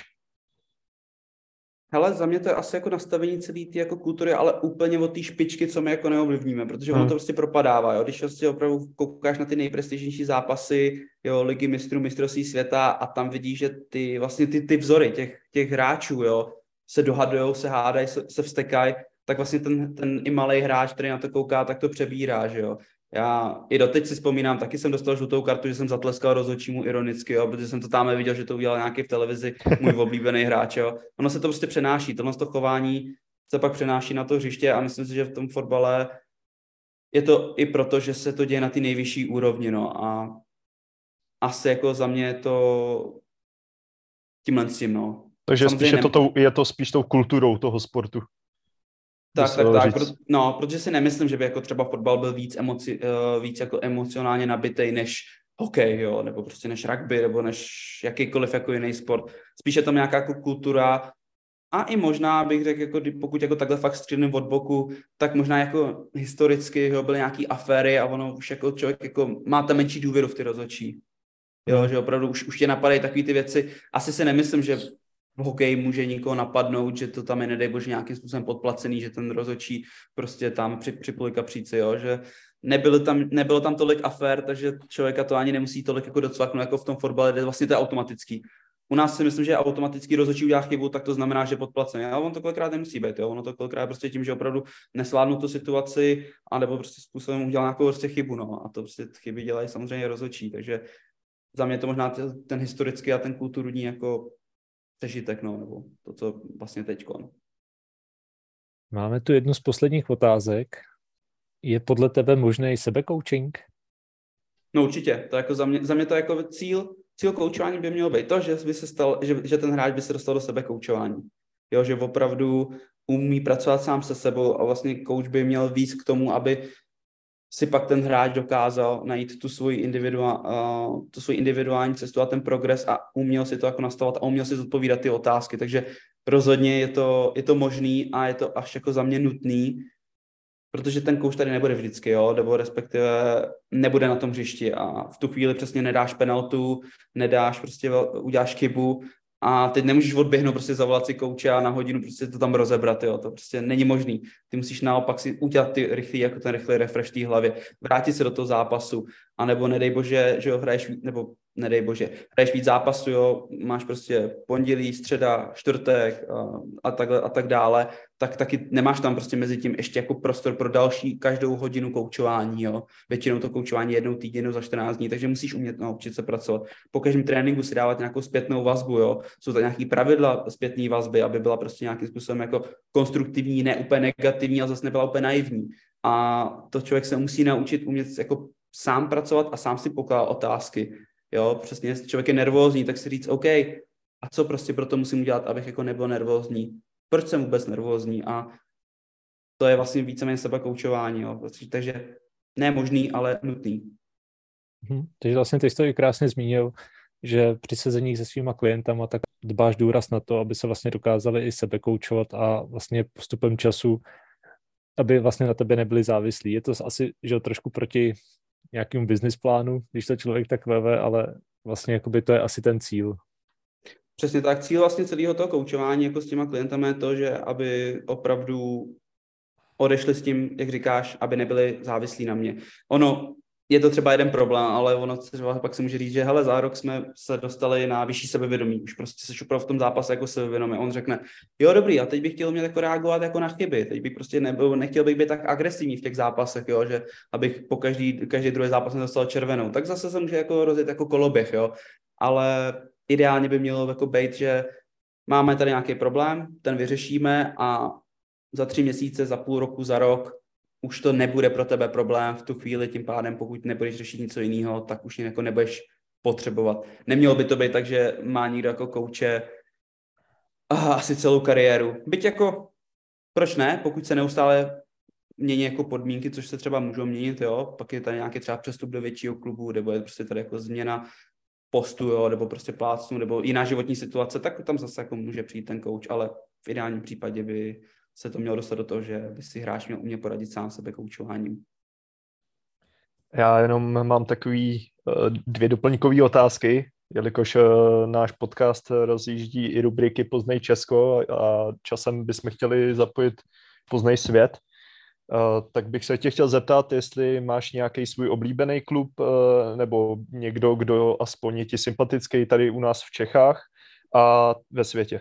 Hele, za mě to je asi jako nastavení celé té jako kultury, ale úplně od té špičky, co my jako neovlivníme, protože hmm. ono to prostě propadává, jo. Když vlastně opravdu koukáš na ty nejprestižnější zápasy, jo, ligy mistrů, mistrovství světa a tam vidíš, že ty vlastně ty, ty vzory těch, těch hráčů, jo, se dohadujou, se hádají, se, se vztekají, tak vlastně ten, ten i malej hráč, který na to kouká, tak to přebírá, že jo. Já i doteď si vzpomínám, taky jsem dostal žlutou kartu, že jsem zatleskal rozhodčímu ironicky, jo, protože jsem to tam viděl, že to udělal nějaký v televizi můj oblíbený hráč, jo. Ono se to prostě přenáší, tohle to chování se pak přenáší na to hřiště a myslím si, že v tom fotbale je to i proto, že se to děje na ty nejvyšší úrovni, no a asi jako za mě je to tímhle s tím, no. Takže spíš je to, tou, je to spíš tou kulturou toho sportu. Tak, tak, tak. Pro, no, protože si nemyslím, že by jako třeba fotbal byl víc, emoci, uh, víc jako emocionálně nabitej než hokej, jo, nebo prostě než rugby, nebo než jakýkoliv jako jiný sport. Spíš je tam nějaká jako kultura a i možná bych řekl, jako, pokud jako takhle fakt střídným od boku, tak možná jako historicky jo, byly nějaký aféry a ono už jako člověk jako máte menší důvěru v ty rozhodčí. Jo, že opravdu už, už tě napadají takové ty věci. Asi si nemyslím, že v hokeji může nikoho napadnout, že to tam je, nedej bože, nějakým způsobem podplacený, že ten rozhodčí prostě tam při, připulí kapříci, jo, že nebylo tam, nebylo tam tolik afér, takže člověka to ani nemusí tolik jako docvaknout, jako v tom fotbale, kde vlastně to je automatický. U nás si myslím, že automaticky rozhodčí udělá chybu, tak to znamená, že podplacený. Ale on to kolikrát nemusí být, jo, ono to kolikrát prostě tím, že opravdu nesládnou tu situaci, anebo prostě způsobem udělal nějakou prostě chybu, no, a to prostě chyby dělají samozřejmě rozhodčí, takže za mě to možná ten historický a ten kulturní jako přežitek, no, nebo to, co vlastně teďko. No. Máme tu jednu z posledních otázek. Je podle tebe možný sebekoučing? No určitě. To jako za, mě, za mě to jako cíl, cíl koučování by mělo být to, že, by se stal, že, že ten hráč by se dostal do sebekoučování. Jo, že opravdu umí pracovat sám se sebou a vlastně kouč by měl víc k tomu, aby si pak ten hráč dokázal najít tu svoji, individua, uh, tu svoji individuální cestu a ten progres a uměl si to jako nastavovat a uměl si zodpovídat ty otázky. Takže rozhodně je to, je to možný a je to až jako za mě nutný, protože ten kouč tady nebude vždycky, jo, nebo respektive nebude na tom hřišti a v tu chvíli přesně nedáš penaltu, nedáš, prostě uděláš chybu a teď nemůžeš odběhnout, prostě zavolat si kouče a na hodinu prostě to tam rozebrat, jo, to prostě není možný. Ty musíš naopak si udělat ty rychlý, jako ten rychlý refresh té hlavě, vrátit se do toho zápasu, anebo nedej bože, že jo, hraješ, nebo nedej bože, hraješ víc zápasu, jo, máš prostě pondělí, středa, čtvrtek a, a, tak, a tak dále, tak taky nemáš tam prostě mezi tím ještě jako prostor pro další každou hodinu koučování, jo. Většinou to koučování jednou týdně za čtrnáct dní, takže musíš umět naučit se pracovat. Po každém tréninku si dávat nějakou zpětnou vazbu, jo. Jsou to nějaký pravidla zpětné vazby, aby byla prostě nějakým způsobem jako konstruktivní, ne úplně negativní, ale zase nebyla úplně naivní. A to člověk se musí naučit umět jako sám pracovat a sám si pokládat otázky. Jo, přesně, jestli člověk je nervózní, tak si říct, OK, a co prostě pro to musím udělat, abych jako nebyl nervózní? Proč jsem vůbec nervózní? A to je vlastně víceméně sebekoučování, jo. Takže ne možný, ale nutný. Hmm, takže vlastně ty jsi to i krásně zmínil, že při sezeních se svýma klientama tak dbáš důraz na to, aby se vlastně dokázali i sebekoučovat a vlastně postupem času, aby vlastně na tebe nebyli závislí. Je to asi, že trošku proti nějakým business plánu, když to člověk tak veve, ale vlastně jakoby to je asi ten cíl. Přesně tak. Cíl vlastně celého toho koučování jako s těma klientama je to, že aby opravdu odešli s tím, jak říkáš, aby nebyli závislí na mě. Ono, je to třeba jeden problém, ale ono třeba pak se může říct, že hele, za rok jsme se dostali na vyšší sebevědomí, už prostě seš opravdu v tom zápase jako sebevědomí. On řekne, jo dobrý, a teď bych chtěl mě jako reagovat jako na chyby, teď bych prostě nebyl, nechtěl bych být tak agresivní v těch zápasech, jo, že abych po každý, každý druhý zápas nedostal červenou, tak zase se může jako rozjet jako koloběh, jo, ale ideálně by mělo jako být, že máme tady nějaký problém, ten vyřešíme a za tři měsíce, za půl roku, za rok už to nebude pro tebe problém v tu chvíli, tím pádem, pokud nebudeš řešit něco jiného, tak už jako nebudeš potřebovat. Nemělo by to být tak, že má někdo jako kouče aha, asi celou kariéru. Byť jako, proč ne, pokud se neustále mění jako podmínky, což se třeba můžou měnit, jo, pak je tady nějaký třeba přestup do většího klubu, nebo je prostě tady jako změna postu, jo, nebo prostě plácnu, nebo jiná životní situace, tak tam zase jako může přijít ten kouč, ale v ideálním případě by se to mělo dostat do toho, že by si hráč měl umět poradit sám sebe koučováním. Já jenom mám takový dvě doplňkové otázky, jelikož náš podcast rozjíždí i rubriky Poznej Česko a časem bychom chtěli zapojit Poznej svět. Tak bych se tě chtěl zeptat, jestli máš nějaký svůj oblíbený klub nebo někdo, kdo aspoň je ti sympatický tady u nás v Čechách a ve světě.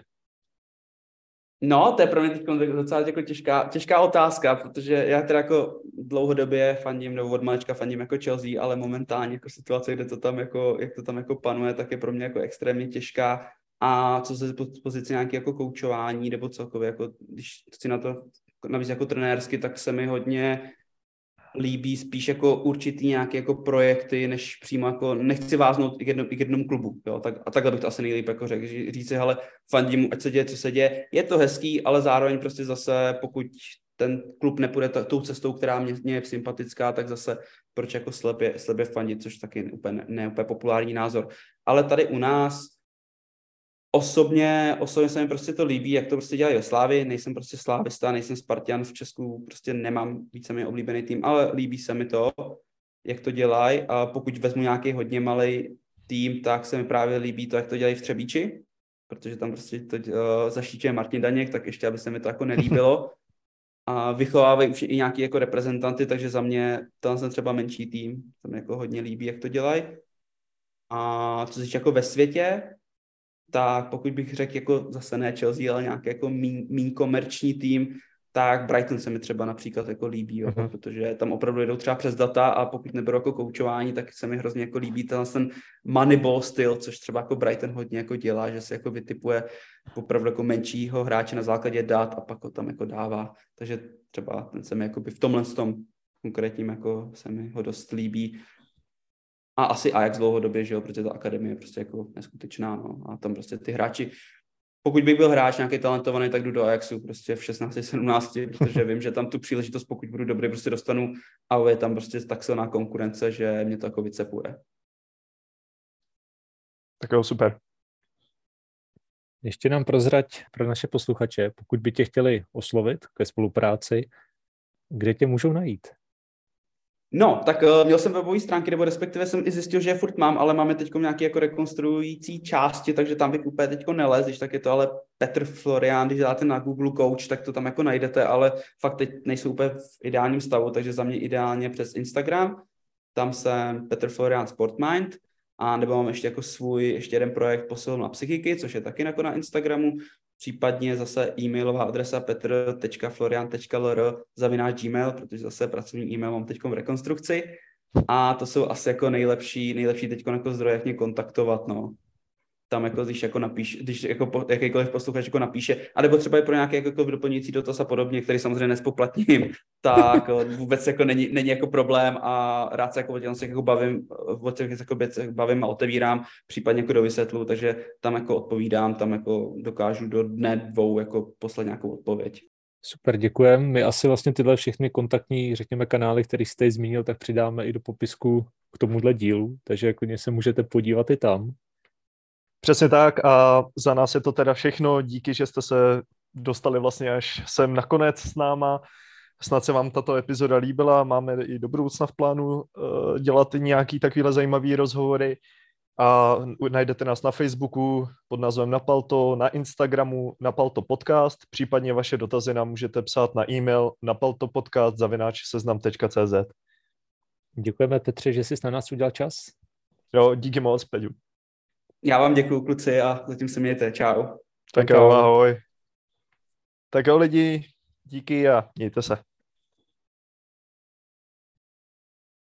No, to je pro mě teď docela jako těžká, těžká otázka, protože já teda jako dlouhodobě fandím, nebo od malička fandím jako Chelsea, ale momentálně jako situace, kde to tam jako, jak to tam jako panuje, tak je pro mě jako extrémně těžká. A co se z pozice nějaké jako koučování nebo celkově, jako když chci na to navíc jako trenérsky, tak se mi hodně líbí spíš jako určitý nějaké jako projekty, než přímo jako nechci váznout i k, jednom, i k jednomu klubu, jo, tak, a takhle bych to asi nejlíp jako řekl, říct si, hele, fandím mu, ať se děje, co se děje, je to hezký, ale zároveň prostě zase, pokud ten klub nepůjde t- tou cestou, která mě, mě je sympatická, tak zase proč jako slepě, slepě fandit, což taky ne úplně, ne úplně populární názor. Ale tady u nás Osobně, osobně se mi prostě to líbí, jak to prostě dělají ve Slávii, nejsem prostě slávista, nejsem Spartan v Česku, prostě nemám víceméně oblíbený tým, ale líbí se mi to, jak to dělají a pokud vezmu nějaký hodně malý tým, tak se mi právě líbí to, jak to dělají v Třebíči, protože tam prostě to uh, zaštiťuje Martin Daněk, tak ještě, aby se mi to jako nelíbilo. A vychovávají už i nějaký jako reprezentanty, takže za mě tam jsem třeba menší tým, to mi jako hodně líbí, jak to dělají. A co se týče jako ve světě, tak pokud bych řekl jako zase ne Chelsea, ale nějaký jako míň, míň komerční tým, tak Brighton se mi třeba například jako líbí, jo, uh-huh. protože tam opravdu jdou třeba přes data a pokud neberu jako koučování, tak se mi hrozně jako líbí ten, ten moneyball styl, což třeba jako Brighton hodně jako dělá, že se jako vytipuje opravdu jako menšího hráče na základě dat a pak ho tam jako dává. Takže třeba ten se mi jako by v tomhle tom konkrétním jako se mi ho dost líbí. A asi Ajax dlouhodobě, že jo, protože ta akademie je prostě jako neskutečná, no. A tam prostě ty hráči, pokud bych byl hráč nějaký talentovaný, tak jdu do Ajaxu prostě v šestnácti sedmnácti, protože vím, že tam tu příležitost, pokud budu dobrý, prostě dostanu a je tam prostě tak silná konkurence, že mě to jako vycepuje. Tak jo, super. Ještě nám prozrať pro naše posluchače, pokud by tě chtěli oslovit ke spolupráci, kde tě můžou najít? No, tak uh, měl jsem webové stránky, nebo respektive jsem i zjistil, že je furt mám, ale máme teď nějaké jako rekonstruující části, takže tam bych úplně teď nelez, když tak je to ale Petr Florian, když dáte na Google Coach, tak to tam jako najdete, ale fakt teď nejsou úplně v ideálním stavu, takže za mě ideálně přes Instagram, tam jsem Petr Florian Sportmind, a nebo mám ještě jako svůj, ještě jeden projekt Posil na psychiky, což je taky jako na Instagramu, případně zase e-mailová adresa petr tečka florian tečka l r zavináč gmail, protože zase pracovní e-mail mám teď v rekonstrukci a to jsou asi jako nejlepší, nejlepší teď jako zdroje, jak mě kontaktovat, no. Tam jako, když jako napíš, když jako po, jakýkoliv posluchač jako napíše, anebo třeba i pro nějaký jako doplňující dotaz a podobně, který samozřejmě nespoplatním, tak vůbec jako není, není jako problém a rád se jako o těch jako bavím, o těch jako bavím a otevírám, případně jako dovysvětlu, takže tam jako odpovídám, tam jako dokážu do dne dvou jako poslat nějakou odpověď. Super, děkujem. My asi vlastně tyhle všechny kontaktní, řekněme, kanály, které jste zmínil, tak přidáme i do popisku k tomuhle dílu, takže jako se můžete podívat i tam. Přesně tak a za nás je to teda všechno. Díky, že jste se dostali vlastně až sem nakonec s náma. Snad se vám tato epizoda líbila. Máme i do budoucna v plánu uh, dělat nějaký takovýhle zajímavý rozhovory. A najdete nás na Facebooku pod názvem Napalto, na Instagramu Napalto podcast, případně vaše dotazy nám můžete psát na e-mail napaltopodcast zavináč seznam tečka cé zet. Děkujeme, Petře, že jsi na nás udělal čas. Jo, díky moc, Peťu. Já vám děkuju, kluci, a zatím se mějte. Čau. Tak jo, ahoj. Tak jo, lidi, díky a mějte se.